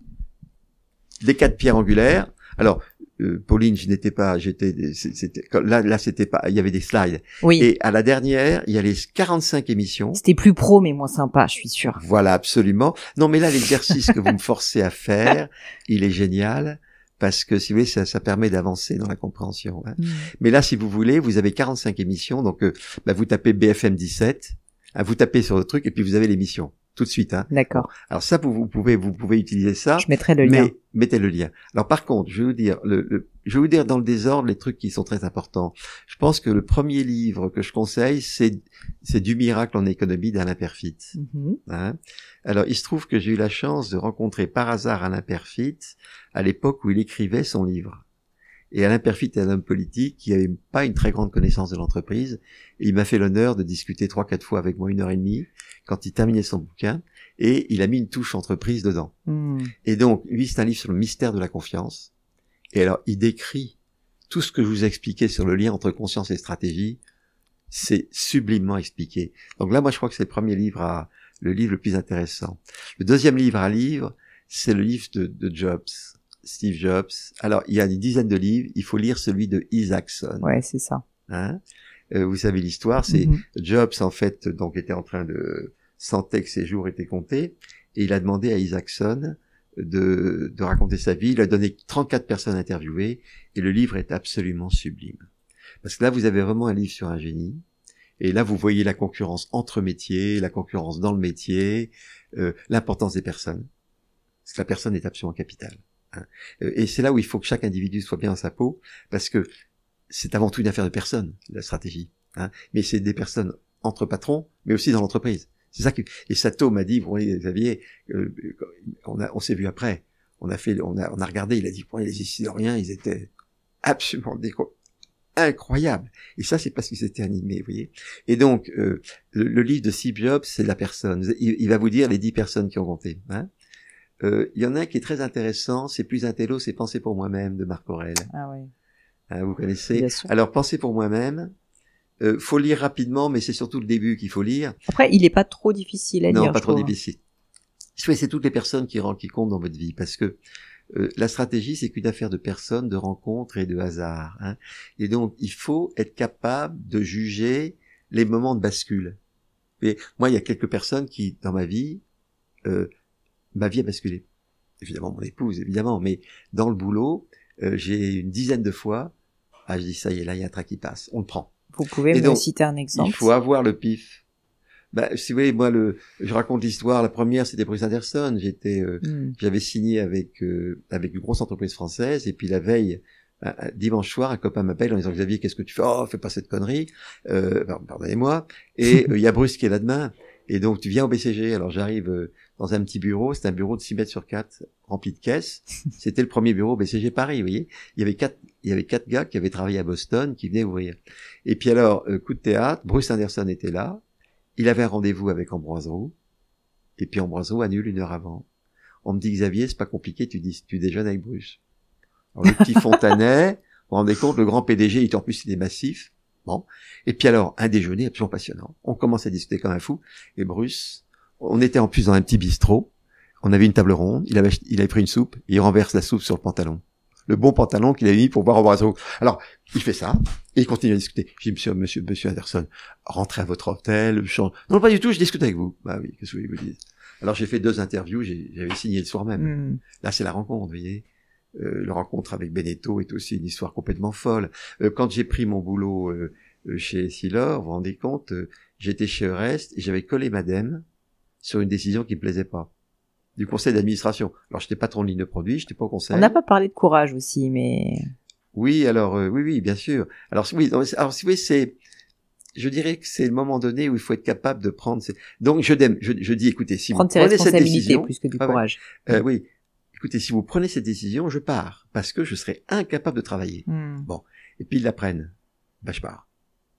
les quatre pierres angulaires. Alors, euh, Pauline, je n'étais pas, j'étais, c'était là, là, c'était pas, il y avait des slides. Oui. Et à la dernière, il y a les quarante-cinq émissions. C'était plus pro, mais moins sympa, je suis sûre. Voilà, absolument. Non, mais là, l'exercice que vous me forcez à faire, il est génial. Parce que, si vous voulez, ça, ça permet d'avancer dans la compréhension. Hein. Mm. Mais là, si vous voulez, vous avez quarante-cinq émissions. Donc, euh, bah, vous tapez B F M dix-sept. Hein, vous tapez sur le truc et puis vous avez l'émission. Tout de suite. Hein. D'accord. Alors ça, vous, vous pouvez, vous pouvez utiliser ça. Je mettrai le mais lien. mettez le lien. Alors par contre, je vais vous dire, le, le, je vais vous dire dans le désordre les trucs qui sont très importants. Je pense que le premier livre que je conseille, c'est c'est Du miracle en économie d'Alain Perfit. Mhm. Hein. Alors il se trouve que j'ai eu la chance de rencontrer par hasard Alain Perfit à l'époque où il écrivait son livre. Et Alain Perfit est un homme politique qui avait pas une très grande connaissance de l'entreprise. Et il m'a fait l'honneur de discuter trois, quatre fois avec moi, une heure et demie, quand il terminait son bouquin. Et il a mis une touche entreprise dedans. Mm. Et donc, lui, c'est un livre sur le mystère de la confiance. Et alors, il décrit tout ce que je vous ai expliqué sur le lien entre conscience et stratégie. C'est sublimement expliqué. Donc là, moi, je crois que c'est le premier livre à, le livre le plus intéressant. Le deuxième livre à lire, c'est le livre de, de Jobs. Steve Jobs. Alors, il y a une dizaine de livres. Il faut lire celui de Isaacson. Ouais, c'est ça. Hein euh, vous savez l'histoire, c'est Mhm. Jobs, en fait, donc était en train de sentait que ses jours étaient comptés, et il a demandé à Isaacson de, de raconter sa vie. Il a donné trente-quatre personnes interviewées, et le livre est absolument sublime. Parce que là, vous avez vraiment un livre sur un génie, et là, vous voyez la concurrence entre métiers, la concurrence dans le métier, euh, l'importance des personnes. Parce que la personne est absolument capitale. Hein. Et c'est là où il faut que chaque individu soit bien dans sa peau, parce que c'est avant tout une affaire de personnes, la stratégie. Hein. Mais c'est des personnes entre patrons, mais aussi dans l'entreprise. C'est ça que, et Sato m'a dit, vous voyez, Xavier, euh, on a, on s'est vu après. On a fait, on a, on a regardé, il a dit, pour les historiens, ils étaient absolument déco- incroyables. Et ça, c'est parce qu'ils étaient animés, vous voyez. Et donc, euh, le, le livre de Steve Jobs, c'est la personne. Il, il va vous dire les dix personnes qui ont compté, hein. Euh, il y en a un qui est très intéressant, c'est plus intello, c'est Penser pour moi-même de Marc Aurèle. Ah ouais. Hein, vous connaissez. Bien sûr. Alors, Penser pour moi-même, euh, faut lire rapidement, mais c'est surtout le début qu'il faut lire. Après, il est pas trop difficile à Non, lire. pas je trop trouve. difficile. Oui, c'est toutes les personnes qui, qui comptent dans votre vie, parce que euh, la stratégie, c'est qu'une affaire de personnes, de rencontres et de hasard. Hein. Et donc, il faut être capable de juger les moments de bascule. Et moi, il y a quelques personnes qui, dans ma vie, euh, ma vie a basculé. Évidemment, mon épouse, évidemment, mais dans le boulot, euh, j'ai une dizaine de fois, ah, je dis, ça y est, là, il y a un train qui passe, on le prend. Vous pouvez Et me donc, citer un exemple. Il faut avoir le pif. Bah, si vous voulez, moi, le, je raconte l'histoire. La première, c'était Bruce Anderson. J'étais, euh, Mm. j'avais signé avec euh, avec une grosse entreprise française, et puis la veille, un, un dimanche soir, un copain m'appelle en disant, Xavier, qu'est-ce que tu fais? Oh, fais pas cette connerie. Euh, pardon, pardonnez-moi. Et il euh, y a Bruce qui est là demain. Et donc, tu viens au B C G. Alors, j'arrive euh, dans un petit bureau. C'est un bureau de six mètres sur quatre, rempli de caisses. C'était le premier bureau au B C G Paris, vous voyez. Il y avait quatre, il y avait quatre gars qui avaient travaillé à Boston, qui venaient ouvrir. Et puis alors, euh, coup de théâtre, Bruce Anderson était là. Il avait un rendez-vous avec Ambroise Roux. Et puis Ambroise Roux annule une heure avant. On me dit, Xavier, c'est pas compliqué, tu dis, tu déjeunes avec Bruce. Alors, le petit Fontanet, vous vous rendez compte, le grand P D G, il était en plus, il est massif. Bon. Et puis alors, un déjeuner absolument passionnant. On commence à discuter comme un fou. Et Bruce, on était en plus dans un petit bistrot. On avait une table ronde. Il avait, il avait pris une soupe. Et il renverse la soupe sur le pantalon. Le bon pantalon qu'il avait mis pour boire Ambroise Roux. Alors, il fait ça. Et il continue à discuter. Je dis, monsieur, monsieur, monsieur Anderson, rentrez à votre hôtel, change. Non, pas du tout, je discute avec vous. Bah oui, qu'est-ce que vous voulez que je vous dise? Alors, j'ai fait deux interviews. J'ai, j'avais signé le soir même. Mm. Là, c'est la rencontre, vous voyez. Euh, le rencontre avec Beneteau est aussi une histoire complètement folle. Euh, quand j'ai pris mon boulot euh, euh, chez Silor, vous vous rendez compte, euh, j'étais chez Eurest et j'avais collé madame sur une décision qui me plaisait pas. Du conseil d'administration. Alors, j'étais patron de ligne de produit, j'étais pas au conseil. On n'a pas parlé de courage aussi, mais Oui, alors, euh, oui, oui, bien sûr. Alors, oui, non, alors, si vous voulez, c'est, je dirais que c'est le moment donné où il faut être capable de prendre ces... Donc, je, je, je dis, écoutez, si prendre vous prenez cette décision... plus que du ah, courage. Ouais, euh, oui. Écoutez, si vous prenez cette décision, je pars. Parce que je serai incapable de travailler. Mm. Bon. Et puis, ils la prennent. Ben, je pars.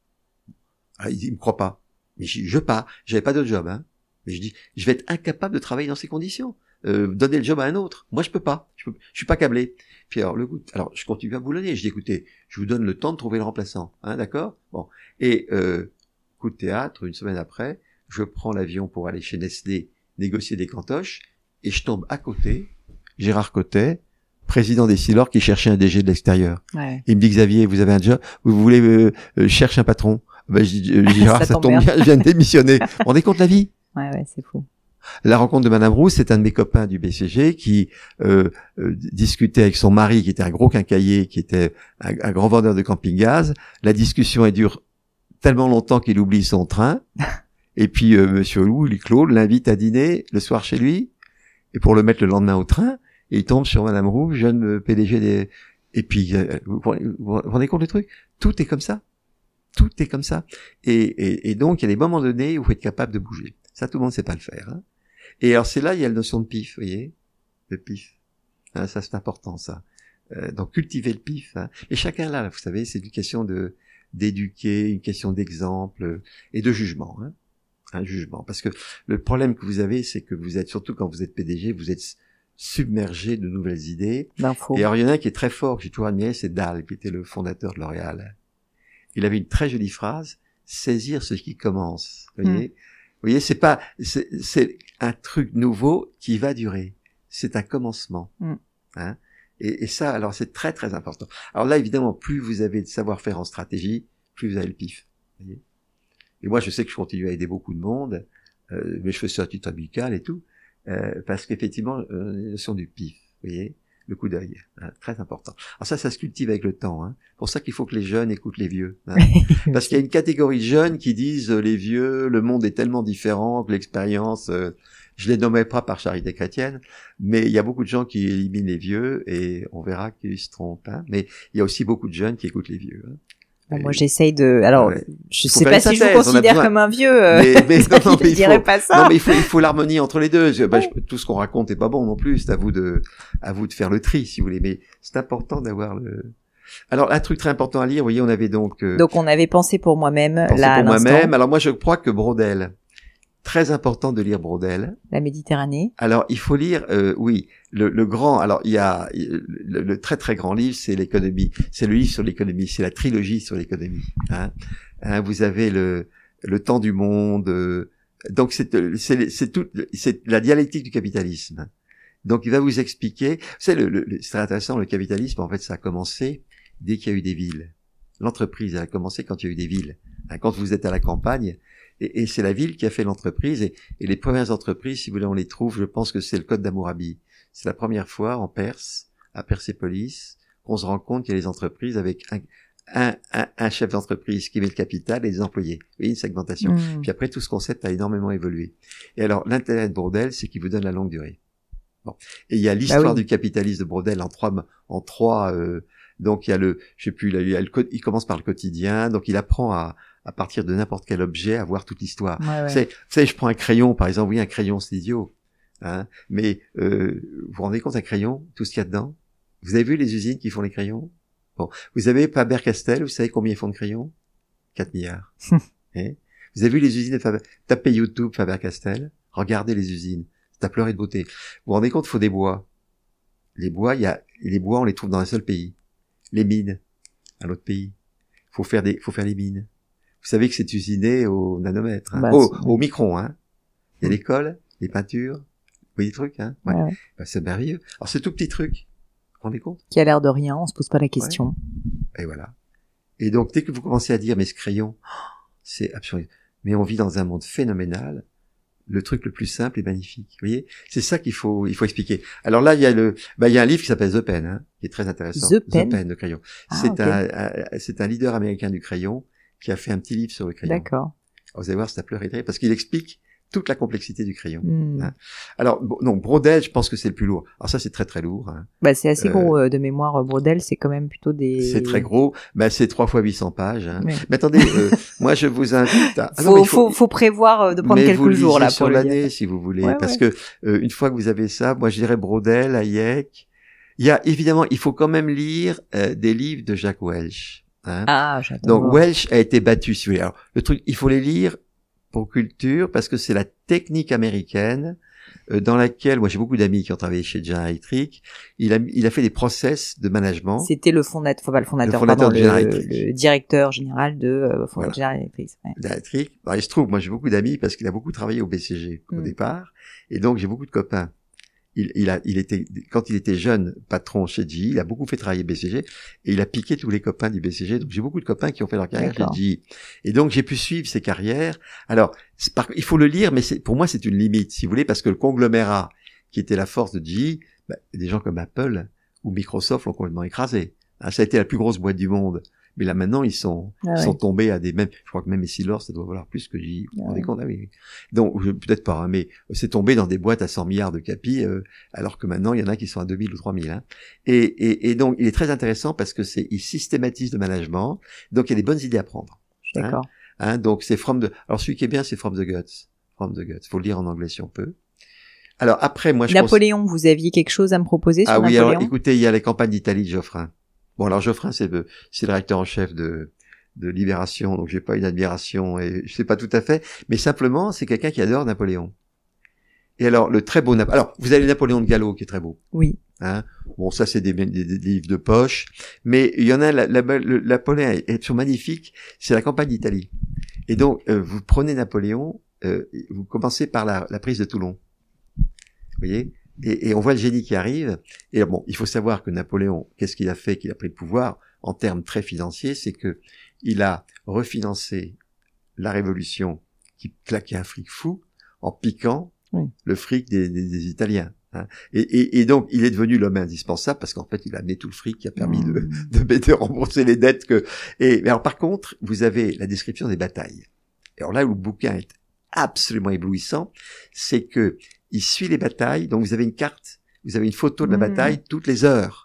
Alors, ils, ils me croient pas. Mais je, je pars. J'avais pas d'autre job, hein. Mais je dis, je vais être incapable de travailler dans ces conditions. Euh, donner le job à un autre. Moi, je peux pas. Je, peux, je suis pas câblé. Puis alors, le coup, alors, je continue à boulonner. Je dis, écoutez, je vous donne le temps de trouver le remplaçant. Hein, d'accord? Bon. Et, euh, coup de théâtre, une semaine après, je prends l'avion pour aller chez Nestlé négocier des cantoches, et je tombe à côté, Gérard Cotet, président des Silor, qui cherchait un D G de l'extérieur. Ouais. Il me dit, Xavier, vous avez un job, vous voulez euh, euh, chercher un patron? Ben, je dis, euh, Gérard, ça, ça tombe bien, je viens de démissionner. Vous vous rendez compte la vie? Ouais, ouais, c'est fou. La rencontre de Madame Rousse, c'est un de mes copains du B C G qui euh, euh, discutait avec son mari, qui était un gros quincaillier, qui était un, un grand vendeur de camping-gaz. La discussion, elle dure tellement longtemps qu'il oublie son train. Et puis, euh, Monsieur Louis, Claude, l'invite à dîner le soir chez lui, et pour le mettre le lendemain au train, et il tombe sur Madame Roux, jeune P D G des... Et puis, euh, vous, vous, vous rendez compte le truc? Tout est comme ça. Tout est comme ça. Et, et, et donc, il y a des moments donnés où il faut être capable de bouger. Ça, tout le monde sait pas le faire. Hein. Et alors, c'est là, il y a la notion de pif, vous voyez? Le pif. Hein, ça, c'est important, ça. Euh, donc, cultiver le pif. Hein. Et chacun là, vous savez, c'est une question de d'éduquer, une question d'exemple et de jugement. Hein. Un jugement. Parce que le problème que vous avez, c'est que vous êtes, surtout quand vous êtes P D G, vous êtes submergé de nouvelles idées. D'infos. Et alors, il y en a un qui est très fort, que j'ai toujours admiré, c'est Dahl, qui était le fondateur de L'Oréal. Il avait une très jolie phrase, saisir ce qui commence. Vous voyez? Mm. Vous voyez, c'est pas, c'est, c'est un truc nouveau qui va durer. C'est un commencement. Mm. Hein? Et, et ça, alors, c'est très, très important. Alors là, évidemment, plus vous avez de savoir-faire en stratégie, plus vous avez le pif. Vous voyez? Et moi, je sais que je continue à aider beaucoup de monde, euh, mais je fais ça à titre amical et tout, euh, parce qu'effectivement, euh, la notion du pif, vous voyez, le coup d'œil, hein, très important. Alors ça, ça se cultive avec le temps. Hein. Pour ça qu'il faut que les jeunes écoutent les vieux. Hein. Parce qu'il y a une catégorie de jeunes qui disent, euh, les vieux, le monde est tellement différent que l'expérience, euh, je les nommais pas par charité chrétienne, mais il y a beaucoup de gens qui éliminent les vieux et on verra qu'ils se trompent. Hein. Mais il y a aussi beaucoup de jeunes qui écoutent les vieux. Hein. Bon, moi, j'essaye de. Alors, ouais. je sais pas si je vous thèse, considère comme un vieux. Euh... Mais, mais non, non, je mais dirais faut, pas ça. Non, mais il faut, il faut l'harmonie entre les deux. Je, bah, je, tout ce qu'on raconte est pas bon non plus. C'est à vous de, à vous de faire le tri, si vous voulez. Mais c'est important d'avoir le. Alors, un truc très important à lire. Vous voyez, on avait donc. Euh, donc, on avait pensé pour moi-même. Pensé là, pour à moi-même. Alors, moi, je crois que Braudel. Très important de lire Braudel. La Méditerranée. Alors, il faut lire, euh, oui, le, le grand. Alors, il y a le, le très très grand livre, c'est l'économie. C'est le livre sur l'économie. C'est la trilogie sur l'économie. Hein. Hein, vous avez le le temps du monde. Euh, donc, c'est c'est c'est tout. C'est la dialectique du capitalisme. Donc, il va vous expliquer. Vous savez, le, le, c'est très intéressant. Le capitalisme, en fait, ça a commencé dès qu'il y a eu des villes. L'entreprise, elle a commencé quand il y a eu des villes. Hein, quand vous êtes à la campagne. Et, et c'est la ville qui a fait l'entreprise. Et, et les premières entreprises, si vous voulez, on les trouve, je pense que c'est le Code d'Hammurabi. C'est la première fois en Perse, à Persépolis, qu'on se rend compte qu'il y a les entreprises avec un, un, un, un chef d'entreprise qui met le capital et des employés. Vous voyez, une segmentation. Mmh. Puis après, tout ce concept a énormément évolué. Et alors, l'intérêt de Braudel, c'est qu'il vous donne la longue durée. Bon. Et il y a l'histoire bah oui. du capitalisme de Braudel en trois, en trois, euh, donc il y a le, je sais plus, il, a, il, a le, il commence par le quotidien, donc il apprend à, à partir de n'importe quel objet, à voir toute l'histoire. Ouais, ouais. Vous savez, je prends un crayon, par exemple, oui, un crayon, c'est idiot. Hein, mais euh, vous vous rendez compte, un crayon, tout ce qu'il y a dedans? Vous avez vu les usines qui font les crayons? Bon, vous avez Faber-Castell, vous savez combien ils font de crayons? quatre milliards. hein vous avez vu les usines de Faber? Tapez YouTube Faber-Castell, regardez les usines, c'est à pleurer de beauté. Vous vous rendez compte, il faut des bois. Les bois, il y a les bois, on les trouve dans un seul pays. Les mines, un autre pays. Faut faire des, faut faire les mines. Vous savez que c'est usiné au nanomètre, hein. bah, au, au micron, hein. Il y a les cols, les peintures, vous voyez des trucs, hein. Ouais. Ouais, ouais. Bah, c'est merveilleux. Alors c'est tout petit truc. Vous vous rendez compte? Qui a l'air de rien, on se pose pas la question. Ouais. Et voilà. Et donc dès que vous commencez à dire mais ce crayon, c'est absolument. Mais on vit dans un monde phénoménal. Le truc le plus simple est magnifique. Vous voyez, c'est ça qu'il faut, il faut expliquer. Alors là, il y a le, bah il y a un livre qui s'appelle The Pen, hein, qui est très intéressant. The Pen, The Pen de crayon. Ah, c'est okay. un, un, c'est un leader américain du crayon qui a fait un petit livre sur le crayon. D'accord. Alors, vous allez voir, c'est à pleurer parce qu'il explique toute la complexité du crayon. Mmh. Hein. Alors, bon, non, Braudel, je pense que c'est le plus lourd. Alors ça, c'est très très lourd. Hein. Bah, c'est assez Euh, gros euh, de mémoire. Braudel, c'est quand même plutôt des... C'est très gros. Ben, c'est trois fois huit cents pages. Hein. Ouais. Mais attendez, euh, moi, je vous invite à... Ah faut, non, mais il faut, faut prévoir euh, de prendre mais quelques vous jours, là, lisez sur pour le l'année, lire. si vous voulez. Ouais, parce ouais. que, euh, une fois que vous avez ça, moi, je dirais Braudel, Hayek. Il y a, évidemment, il faut quand même lire euh, des livres de Jack Welch. Hein. Ah, j'adore. Donc, Welch a été battu, si vous voulez. Alors, le truc, il faut les lire pour culture, parce que c'est la technique américaine euh, dans laquelle, moi j'ai beaucoup d'amis qui ont travaillé chez General Electric, il a, il a fait des process de management. C'était le fondateur, enfin pas le fondateur, Le fondateur pardon, de General le, Electric. le directeur général de euh, Voilà. General Electric. Ouais. Electric. Alors, il se trouve, moi j'ai beaucoup d'amis parce qu'il a beaucoup travaillé au B C G au Mm. départ, et donc j'ai beaucoup de copains. Il, il a, il était, quand il était jeune patron chez G E, il a beaucoup fait travailler B C G, et il a piqué tous les copains du B C G. Donc j'ai beaucoup de copains qui ont fait leur carrière D'accord. chez G E. Et donc j'ai pu suivre ces carrières. Alors, c'est par, il faut le lire, mais c'est, pour moi c'est une limite, si vous voulez, parce que le conglomérat qui était la force de G E, bah, des gens comme Apple ou Microsoft l'ont complètement écrasé. Hein, ça a été la plus grosse boîte du monde. Mais là maintenant, ils sont, Ah ils sont ouais. tombés à des mêmes. Je crois que même Essilor, ça doit valoir plus que J. Vous vous rendez Ouais. compte? Ah oui. oui. Donc je- peut-être pas, hein, mais c'est tombé dans des boîtes à cent milliards de capi, euh, alors que maintenant il y en a qui sont à deux mille ou trois mille. Hein. Et, et, et donc il est très intéressant parce que c'est, il systématise le management. Donc il y a des bonnes idées à prendre. Je suis d'accord. Hein, donc c'est from the. Alors celui qui est bien, c'est From the Guts. From the Guts. Faut le lire en anglais si on peut. Alors après, moi je pense. Napoléon, vous aviez quelque chose à me proposer sur Ah oui, Napoléon? alors écoutez, il y a les campagnes d'Italie de Geoffrin. Bon, alors Geoffrin, c'est le, c'est le rédacteur en chef de, de Libération, donc j'ai pas une admiration, et je sais pas tout à fait, mais simplement, c'est quelqu'un qui adore Napoléon. Et alors, le très beau Napoléon, alors, vous avez Napoléon de Gallo, qui est très beau. Oui. Hein. Bon, ça, c'est des, des, des livres de poche, mais il y en a, la, la, le, Napoléon est, est magnifique, c'est la campagne d'Italie. Et donc, euh, vous prenez Napoléon, euh, vous commencez par la, la prise de Toulon. Vous voyez? Et, et on voit le génie qui arrive. Et bon, il faut savoir que Napoléon, qu'est-ce qu'il a fait, qu'il a pris le pouvoir en termes très financiers, c'est que il a refinancé la Révolution qui claquait un fric fou en piquant oui. le fric des, des, des Italiens. Hein. Et, et, et donc, il est devenu l'homme indispensable parce qu'en fait, il a amené tout le fric qui a permis mmh. de, de, de rembourser les dettes que. Et mais alors, par contre, vous avez la description des batailles. Et alors là où le bouquin est absolument éblouissant, c'est que il suit les batailles, donc vous avez une carte, vous avez une photo de la mmh. bataille toutes les heures.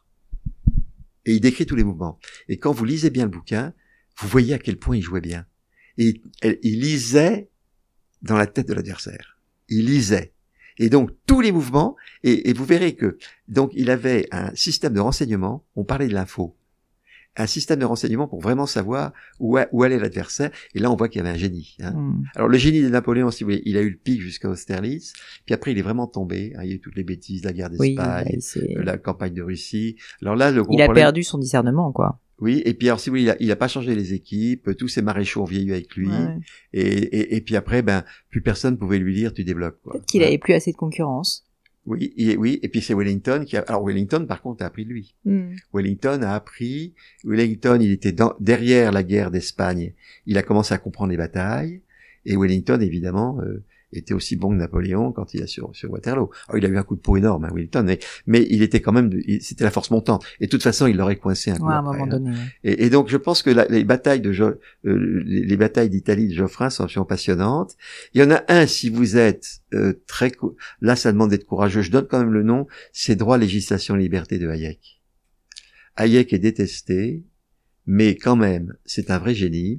Et il décrit tous les mouvements. Et quand vous lisez bien le bouquin, vous voyez à quel point il jouait bien. Et il, il lisait dans la tête de l'adversaire. Il lisait. Et donc, tous les mouvements, et, et vous verrez que, donc, il avait un système de renseignement, on parlait de l'info. Un système de renseignement pour vraiment savoir où, où allait l'adversaire. Et là, on voit qu'il y avait un génie. Hein. Mm. Alors, le génie de Napoléon, si vous voulez, il a eu le pic jusqu'à Austerlitz. Puis après, il est vraiment tombé. Hein, il y a eu toutes les bêtises, la guerre d'Espagne, oui, la campagne de Russie. Alors là, le gros il a problème, perdu son discernement, quoi. Oui, et puis alors si vous voulez, il a, il a pas changé les équipes, tous ses maréchaux ont vieilli avec lui, ouais. et, et, et puis après, ben plus personne pouvait lui dire tu débloques. Quoi. Peut-être qu'il ouais. avait plus assez de concurrence. Oui, et, oui, et puis c'est Wellington qui a. Alors Wellington, par contre, a appris de lui. Mm. Wellington a appris. Wellington, il était dans, derrière la guerre d'Espagne. Il a commencé à comprendre les batailles, et Wellington, évidemment. Euh, était aussi bon que Napoléon quand il a sur sur Waterloo. Alors, il a eu un coup de peau énorme, hein, Wellington, mais mais il était quand même, il, c'était la force montante. Et de toute façon, il l'aurait coincé un coup ouais, à après, un moment hein. donné. Ouais. Et, et donc, je pense que la, les batailles de jo, euh, les, les batailles d'Italie de Geoffrin sont absolument passionnantes. Il y en a un, si vous êtes euh, très, là, ça demande d'être courageux. Je donne quand même le nom. C'est Droit, législation, liberté de Hayek. Hayek est détesté, mais quand même, c'est un vrai génie.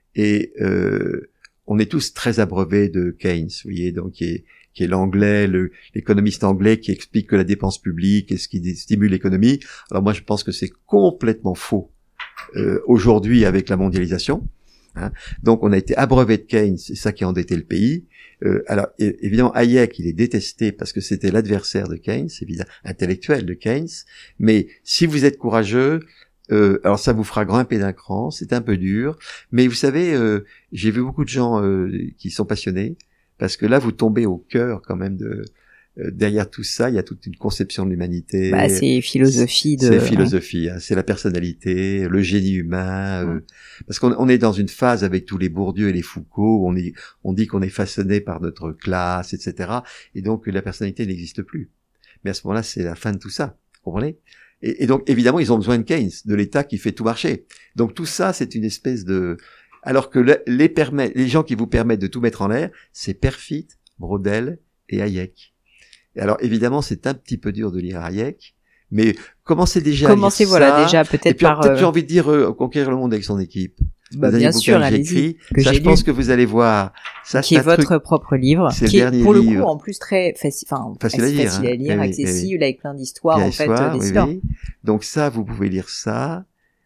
Et euh, on est tous très abreuvés de Keynes, vous voyez, donc qui est, qui est l'anglais, le, l'économiste anglais qui explique que la dépense publique est ce qui stimule l'économie. Alors moi, je pense que c'est complètement faux euh, aujourd'hui avec la mondialisation. Hein. Donc on a été abreuvé de Keynes, c'est ça qui a endetté le pays. Euh, alors évidemment, Hayek, il est détesté parce que c'était l'adversaire de Keynes, évidemment, intellectuel de Keynes. Mais si vous êtes courageux, Euh, alors ça vous fera grimper d'un cran, c'est un peu dur, mais vous savez, euh, j'ai vu beaucoup de gens euh, qui sont passionnés, parce que là vous tombez au cœur quand même de euh, derrière tout ça, il y a toute une conception de l'humanité. Bah, c'est philosophie de. C'est philosophie, hein, c'est la personnalité, le génie humain, euh, ouais. Parce qu'on on est dans une phase avec tous les Bourdieu et les Foucault, où on est, on dit qu'on est façonné par notre classe, et cetera, et donc la personnalité n'existe plus. Mais à ce moment-là, c'est la fin de tout ça, vous comprenez? Et, et donc, évidemment, ils ont besoin de Keynes, de l'État qui fait tout marcher. Donc, tout ça, c'est une espèce de... Alors que le, les, permet, les gens qui vous permettent de tout mettre en l'air, c'est perfide, Braudel et Hayek. Et alors évidemment, c'est un petit peu dur de lire Hayek, mais commencez déjà commencez, à lire voilà, ça. déjà peut-être et puis, par... peut-être euh... j'ai envie de dire euh, Conquérir le monde avec son équipe. Bah, bien sûr, allez-y. Que ça, je lu. pense que vous allez voir. Ça, qui est votre truc... propre livre, c'est qui le est pour livre. le coup en plus très faci... enfin, facile, à lire, facile à lire, hein. accessible, oui, oui. avec plein d'histoires en fait. Histoire, des oui, oui. Donc ça, vous pouvez lire ça.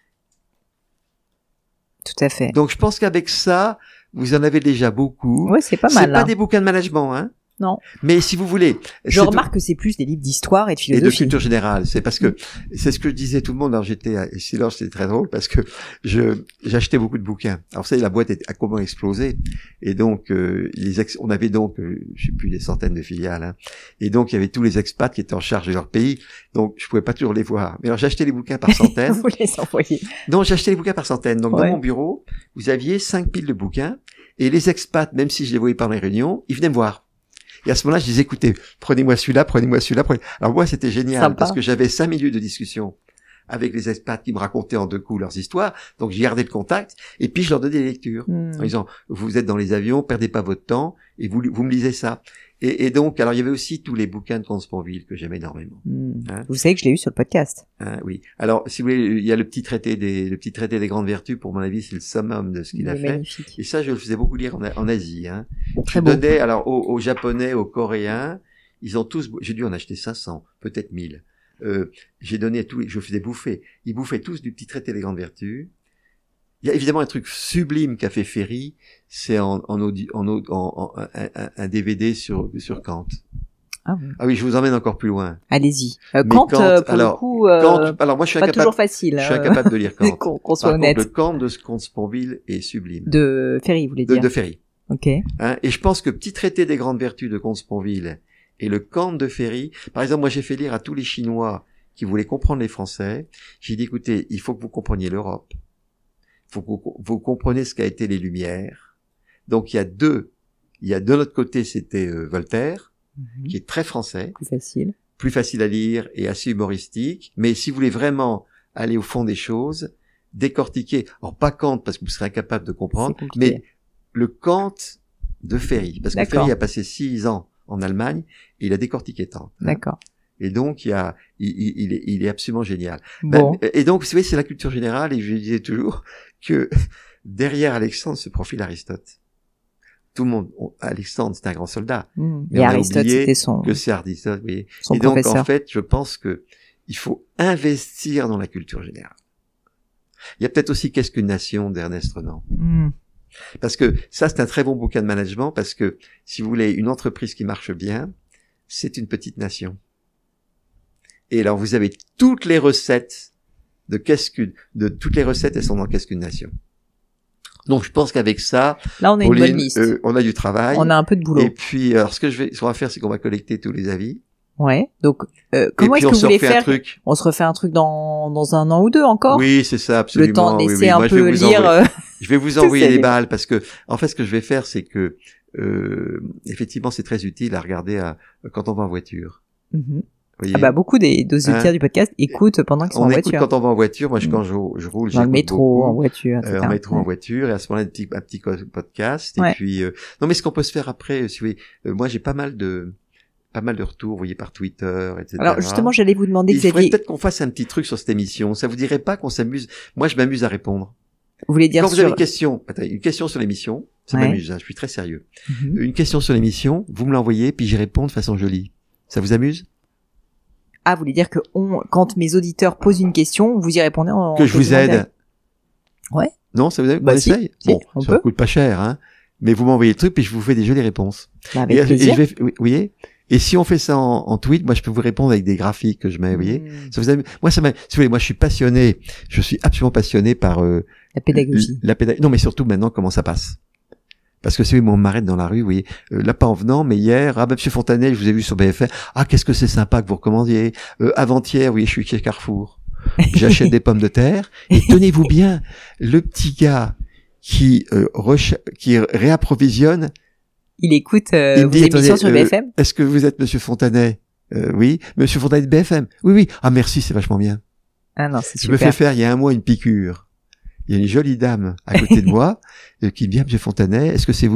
Tout à fait. Donc je pense qu'avec ça, vous en avez déjà beaucoup. Ouais, c'est pas mal. C'est pas hein. des bouquins de management, hein. Non. Mais si vous voulez, je remarque tout... que c'est plus des livres d'histoire et de philosophie. Et de culture générale. C'est parce que mmh. c'est ce que je disais tout le monde. Alors j'étais à Essilor, c'était très drôle parce que je j'achetais beaucoup de bouquins. Alors vous savez, la boîte a comment explosé. Et donc euh, les ex... on avait donc euh, je sais plus des centaines de filiales. Hein. Et donc il y avait tous les expats qui étaient en charge de leur pays. Donc je pouvais pas toujours les voir. Mais alors j'achetais les bouquins par centaines. Vous les envoyez. Non, j'achetais les bouquins par centaines. Donc ouais. dans mon bureau, vous aviez cinq piles de bouquins et les expats, même si je les voyais pas dans les réunions, ils venaient me voir. Et à ce moment-là, je disais, écoutez, prenez-moi celui-là, prenez-moi celui-là. Prenez... Alors moi, c'était génial Sympa. Parce que j'avais cinq minutes de discussion avec les expats qui me racontaient en deux coups leurs histoires. Donc, j'ai gardé le contact et puis je leur donnais des lectures mmh. en disant, vous êtes dans les avions, perdez pas votre temps et vous, vous me lisez ça. Et, et donc, alors il y avait aussi tous les bouquins de Comte Sponville que j'aimais énormément. Mmh. Hein vous savez que je l'ai eu sur le podcast. Hein, oui. Alors, si vous voulez, il y a le petit traité des, le petit traité des grandes vertus. Pour mon avis, c'est le summum de ce qu'il a fait. Magnifique. Et ça, je le faisais beaucoup lire en, en Asie. Hein. Très je beau. donnais alors aux, aux Japonais, aux Coréens. Ils ont tous, j'ai dû en acheter cinq cents, peut-être mille. Euh, j'ai donné à tous, je faisais bouffer. Ils bouffaient tous du petit traité des grandes vertus. Il y a évidemment un truc sublime qu'a fait Ferry, c'est en, en, audio, en, en, en un, un, un D V D sur, sur Kant. Ah oui. ah oui, je vous emmène encore plus loin. Allez-y. Euh, Kant, Kant, euh, pour alors, le coup, euh, Kant, alors moi je suis pas incapable, toujours facile. Je suis incapable de lire Kant. qu'on, qu'on soit Par honnête. Contre, le Kant de Comte Sponville est sublime. De Ferry, vous voulez dire. De, de Ferry. Ok. Hein, et je pense que Petit traité des grandes vertus de Comte Sponville et le Kant de Ferry, par exemple, moi j'ai fait lire à tous les Chinois qui voulaient comprendre les Français. J'ai dit, écoutez, il faut que vous compreniez l'Europe. Il faut que vous, vous compreniez ce qu'a été les Lumières. Donc il y a deux. Il y a de notre côté, c'était euh, Voltaire, mm-hmm. qui est très français. Plus facile. Plus facile à lire et assez humoristique. Mais si vous voulez vraiment aller au fond des choses, décortiquer, alors pas Kant parce que vous serez incapable de comprendre, mais le Kant de Ferry. Parce que D'accord. Ferry a passé six ans en Allemagne et il a décortiqué Kant. D'accord. Et donc, il y a, il, il, il, est, il est absolument génial. Bon. Ben, et donc, vous savez, c'est la culture générale, et je disais toujours que derrière Alexandre se profile Aristote. Tout le monde, on, Alexandre, c'est un grand soldat. Mmh. Et Aristote, c'était son, que c'est Aristote, oui. Son et donc, professeur. en fait, je pense que il faut investir dans la culture générale. Il y a peut-être aussi Qu'est-ce qu'une nation d'Ernest Renan. Mmh. Parce que ça, c'est un très bon bouquin de management, parce que, si vous voulez, une entreprise qui marche bien, c'est une petite nation. Et alors, vous avez toutes les recettes de qu'est-ce qu'une, de toutes les recettes, elles sont dans Qu'est-ce qu'une nation. Donc, je pense qu'avec ça, là, on a Pauline, une bonne liste. Euh, on a du travail. On a un peu de boulot. Et puis, alors, ce que je vais, ce qu'on va faire, c'est qu'on va collecter tous les avis. Ouais. Donc, euh, comment est-ce que vous voulez faire? Truc. On se refait un truc dans, dans un an ou deux encore? Oui, c'est ça, absolument. Le temps de laisser oui, oui. un Moi, peu je vais lire. Envoyer, euh... je vais vous envoyer les balles parce que, en fait, ce que je vais faire, c'est que, euh, effectivement, c'est très utile à regarder à, quand on va en voiture. Mm-hmm. Ah bah beaucoup des, des auditeurs hein? du podcast écoutent pendant qu'ils sont on en voiture. On écoute quand on va en voiture. Moi, je, quand je, je roule, dans le métro, beaucoup, en voiture, et cetera. Euh, en métro, ouais. en voiture, et à ce moment-là, un petit, un petit podcast. Ouais. Et puis, euh, non, mais ce qu'on peut se faire après, si vous voulez, euh, moi, j'ai pas mal de, pas mal de retours, vous voyez, par Twitter, et cetera. Alors, justement, j'allais vous demander, il Xavier. faudrait peut-être qu'on fasse un petit truc sur cette émission. Ça vous dirait pas qu'on s'amuse? Moi, je m'amuse à répondre. Vous voulez dire quand sur... vous avez une question, attendez, une question sur l'émission, ça ouais. m'amuse, hein, je suis très sérieux. Mm-hmm. Une question sur l'émission, vous me l'envoyez, puis j'y réponds de façon jolie. Ça vous amuse? Ah, vous voulez dire que on, quand mes auditeurs posent une question, vous y répondez en... Que je vous aide. Ouais. Non, ça vous aide? Bah, on si, essaye? si, Bon, on ça peut. coûte pas cher, hein. Mais vous m'envoyez le truc, puis je vous fais des jolies réponses. Bah, avec et, plaisir. Et je vais, vous voyez? Et si on fait ça en, en tweet, moi, je peux vous répondre avec des graphiques que je mets, vous voyez? Mmh. Ça vous amuse? Moi, ça m'a, si vous voulez, moi, je suis passionné, je suis absolument passionné par, euh, la pédagogie. La pédagogie. Non, mais surtout maintenant, comment ça passe. Parce que si on m'arrête dans la rue, vous voyez, euh, là pas en venant, mais hier, ah ben Monsieur Fontanet, je vous ai vu sur B F M, ah qu'est-ce que c'est sympa que vous recommandiez. Euh, avant-hier, oui, je suis chez Carrefour, j'achète des pommes de terre, et tenez-vous bien, le petit gars qui euh, recha- qui réapprovisionne, il écoute euh, il vos dit, émissions attendez, sur B F M. Euh, est-ce que vous êtes Monsieur Fontanet? euh, Oui, Monsieur Fontanet de B F M. Oui, oui. Ah merci, c'est vachement bien. Ah non, c'est Je super. me fais faire il y a un mois une piqûre. Il y a une jolie dame à côté de moi euh, qui me dit, ah, Monsieur Fontanet, est-ce que c'est vous?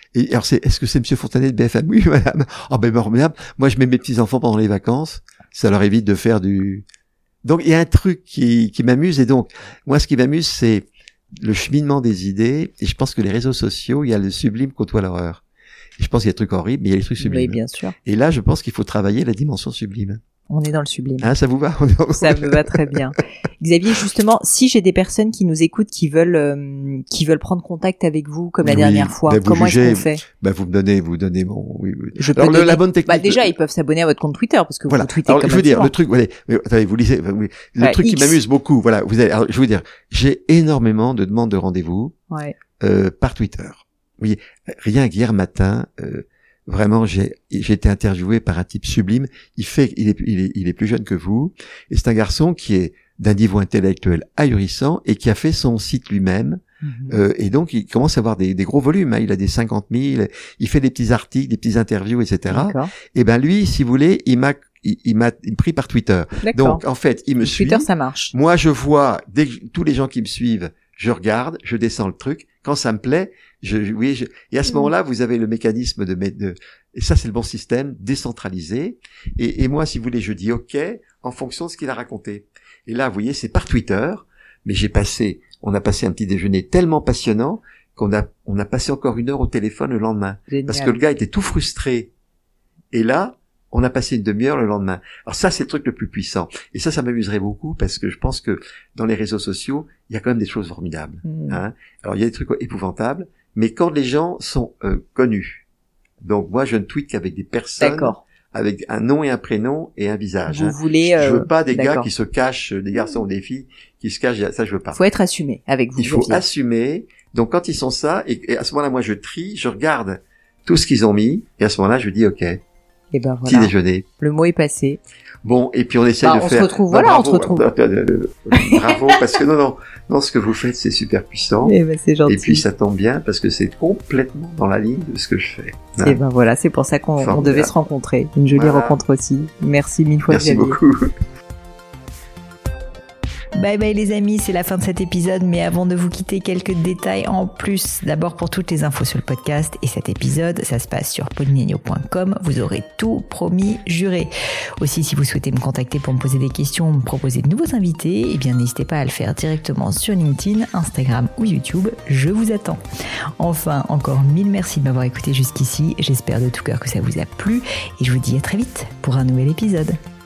Et alors, c'est, est-ce que c'est Monsieur Fontanet de B F M? Oui, madame. Oh, ben, formidable. Moi, je mets mes petits-enfants pendant les vacances. Ça leur évite de faire du... Donc, il y a un truc qui, qui m'amuse. Et donc, moi, ce qui m'amuse, c'est le cheminement des idées. Et je pense que les réseaux sociaux, il y a le sublime côtoie l'horreur. Et je pense qu'il y a des trucs horribles, mais il y a des trucs sublimes. Oui, bien sûr. Et là, je pense qu'il faut travailler la dimension sublime. On est dans le sublime. Hein, ça vous va? Ça me va très bien. Xavier, justement, si j'ai des personnes qui nous écoutent, qui veulent, euh, qui veulent prendre contact avec vous, comme la oui, dernière fois, ben comment jugez, est-ce qu'on fait? Ben vous me donnez, vous donnez mon, oui, oui. Je Alors, peux le, donner... la bonne technique. Bah, déjà, ils peuvent s'abonner à votre compte Twitter, parce que voilà. vous tweetez Alors, comme je veux dire, souvent. le truc, voilà, attendez, vous lisez, oui, le ouais, truc X. qui m'amuse beaucoup, voilà, vous allez, alors, je veux dire, j'ai énormément de demandes de rendez-vous, ouais. euh, par Twitter. Oui, rien qu'hier matin, euh, vraiment, j'ai, j'ai été interviewé par un type sublime. Il fait, il est, il est, il est plus jeune que vous. Et c'est un garçon qui est d'un niveau intellectuel ahurissant et qui a fait son site lui-même. Mm-hmm. Euh, et donc, il commence à avoir des, des gros volumes. Hein. Il a des cinquante mille. Il fait des petits articles, des petits interviews, et cetera. D'accord. Et ben lui, si vous voulez, il m'a, il, il m'a pris par Twitter. D'accord. Donc, en fait, il me Twitter, suit. Twitter, ça marche. Moi, je vois dès que, tous les gens qui me suivent. Je regarde, je descends le truc. Quand ça me plaît, je, oui, je, et à ce mmh. moment-là, vous avez le mécanisme de mettre, de, et ça, c'est le bon système, décentralisé. Et, et moi, si vous voulez, je dis OK, en fonction de ce qu'il a raconté. Et là, vous voyez, c'est par Twitter, mais j'ai passé, on a passé un petit déjeuner tellement passionnant qu'on a, on a passé encore une heure au téléphone le lendemain. Génial. Parce que le gars était tout frustré. Et là, on a passé une demi-heure le lendemain. Alors ça, c'est le truc le plus puissant. Et ça, ça m'amuserait beaucoup parce que je pense que dans les réseaux sociaux, il y a quand même des choses formidables. Mmh. Hein. Alors, il y a des trucs épouvantables, mais quand les gens sont euh, connus. Donc, moi, je ne tweete qu'avec des personnes, d'accord, avec un nom et un prénom et un visage. Vous hein. voulez, euh, je veux pas des d'accord. gars qui se cachent, des garçons ou des filles qui se cachent. Ça, je veux pas. Il faut être assumé avec vous. Il faut assumer. Donc, quand ils sont ça, et, et à ce moment-là, moi, je trie, je regarde tout ce qu'ils ont mis, et à ce moment-là, je dis OK. Et ben voilà. Petit déjeuner. Le mot est passé. Bon, et puis on essaye bah, de on faire. Se retrouve, non, voilà, bravo, on se retrouve. Bravo, parce que non, non, non, ce que vous faites, c'est super puissant. Et ben c'est gentil. Et puis ça tombe bien parce que c'est complètement dans la ligne de ce que je fais. Hein. Et ben voilà, c'est pour ça qu'on on devait se rencontrer. Une jolie voilà. rencontre aussi. Merci mille fois. Merci Xavier. beaucoup. Bye bye les amis, c'est la fin de cet épisode, mais avant de vous quitter, quelques détails en plus. D'abord pour toutes les infos sur le podcast et cet épisode, ça se passe sur pauline agneau point com, vous aurez tout promis, juré. Aussi, si vous souhaitez me contacter pour me poser des questions, me proposer de nouveaux invités, eh bien n'hésitez pas à le faire directement sur LinkedIn, Instagram ou YouTube, je vous attends. Enfin, encore mille merci de m'avoir écouté jusqu'ici, j'espère de tout cœur que ça vous a plu et je vous dis à très vite pour un nouvel épisode.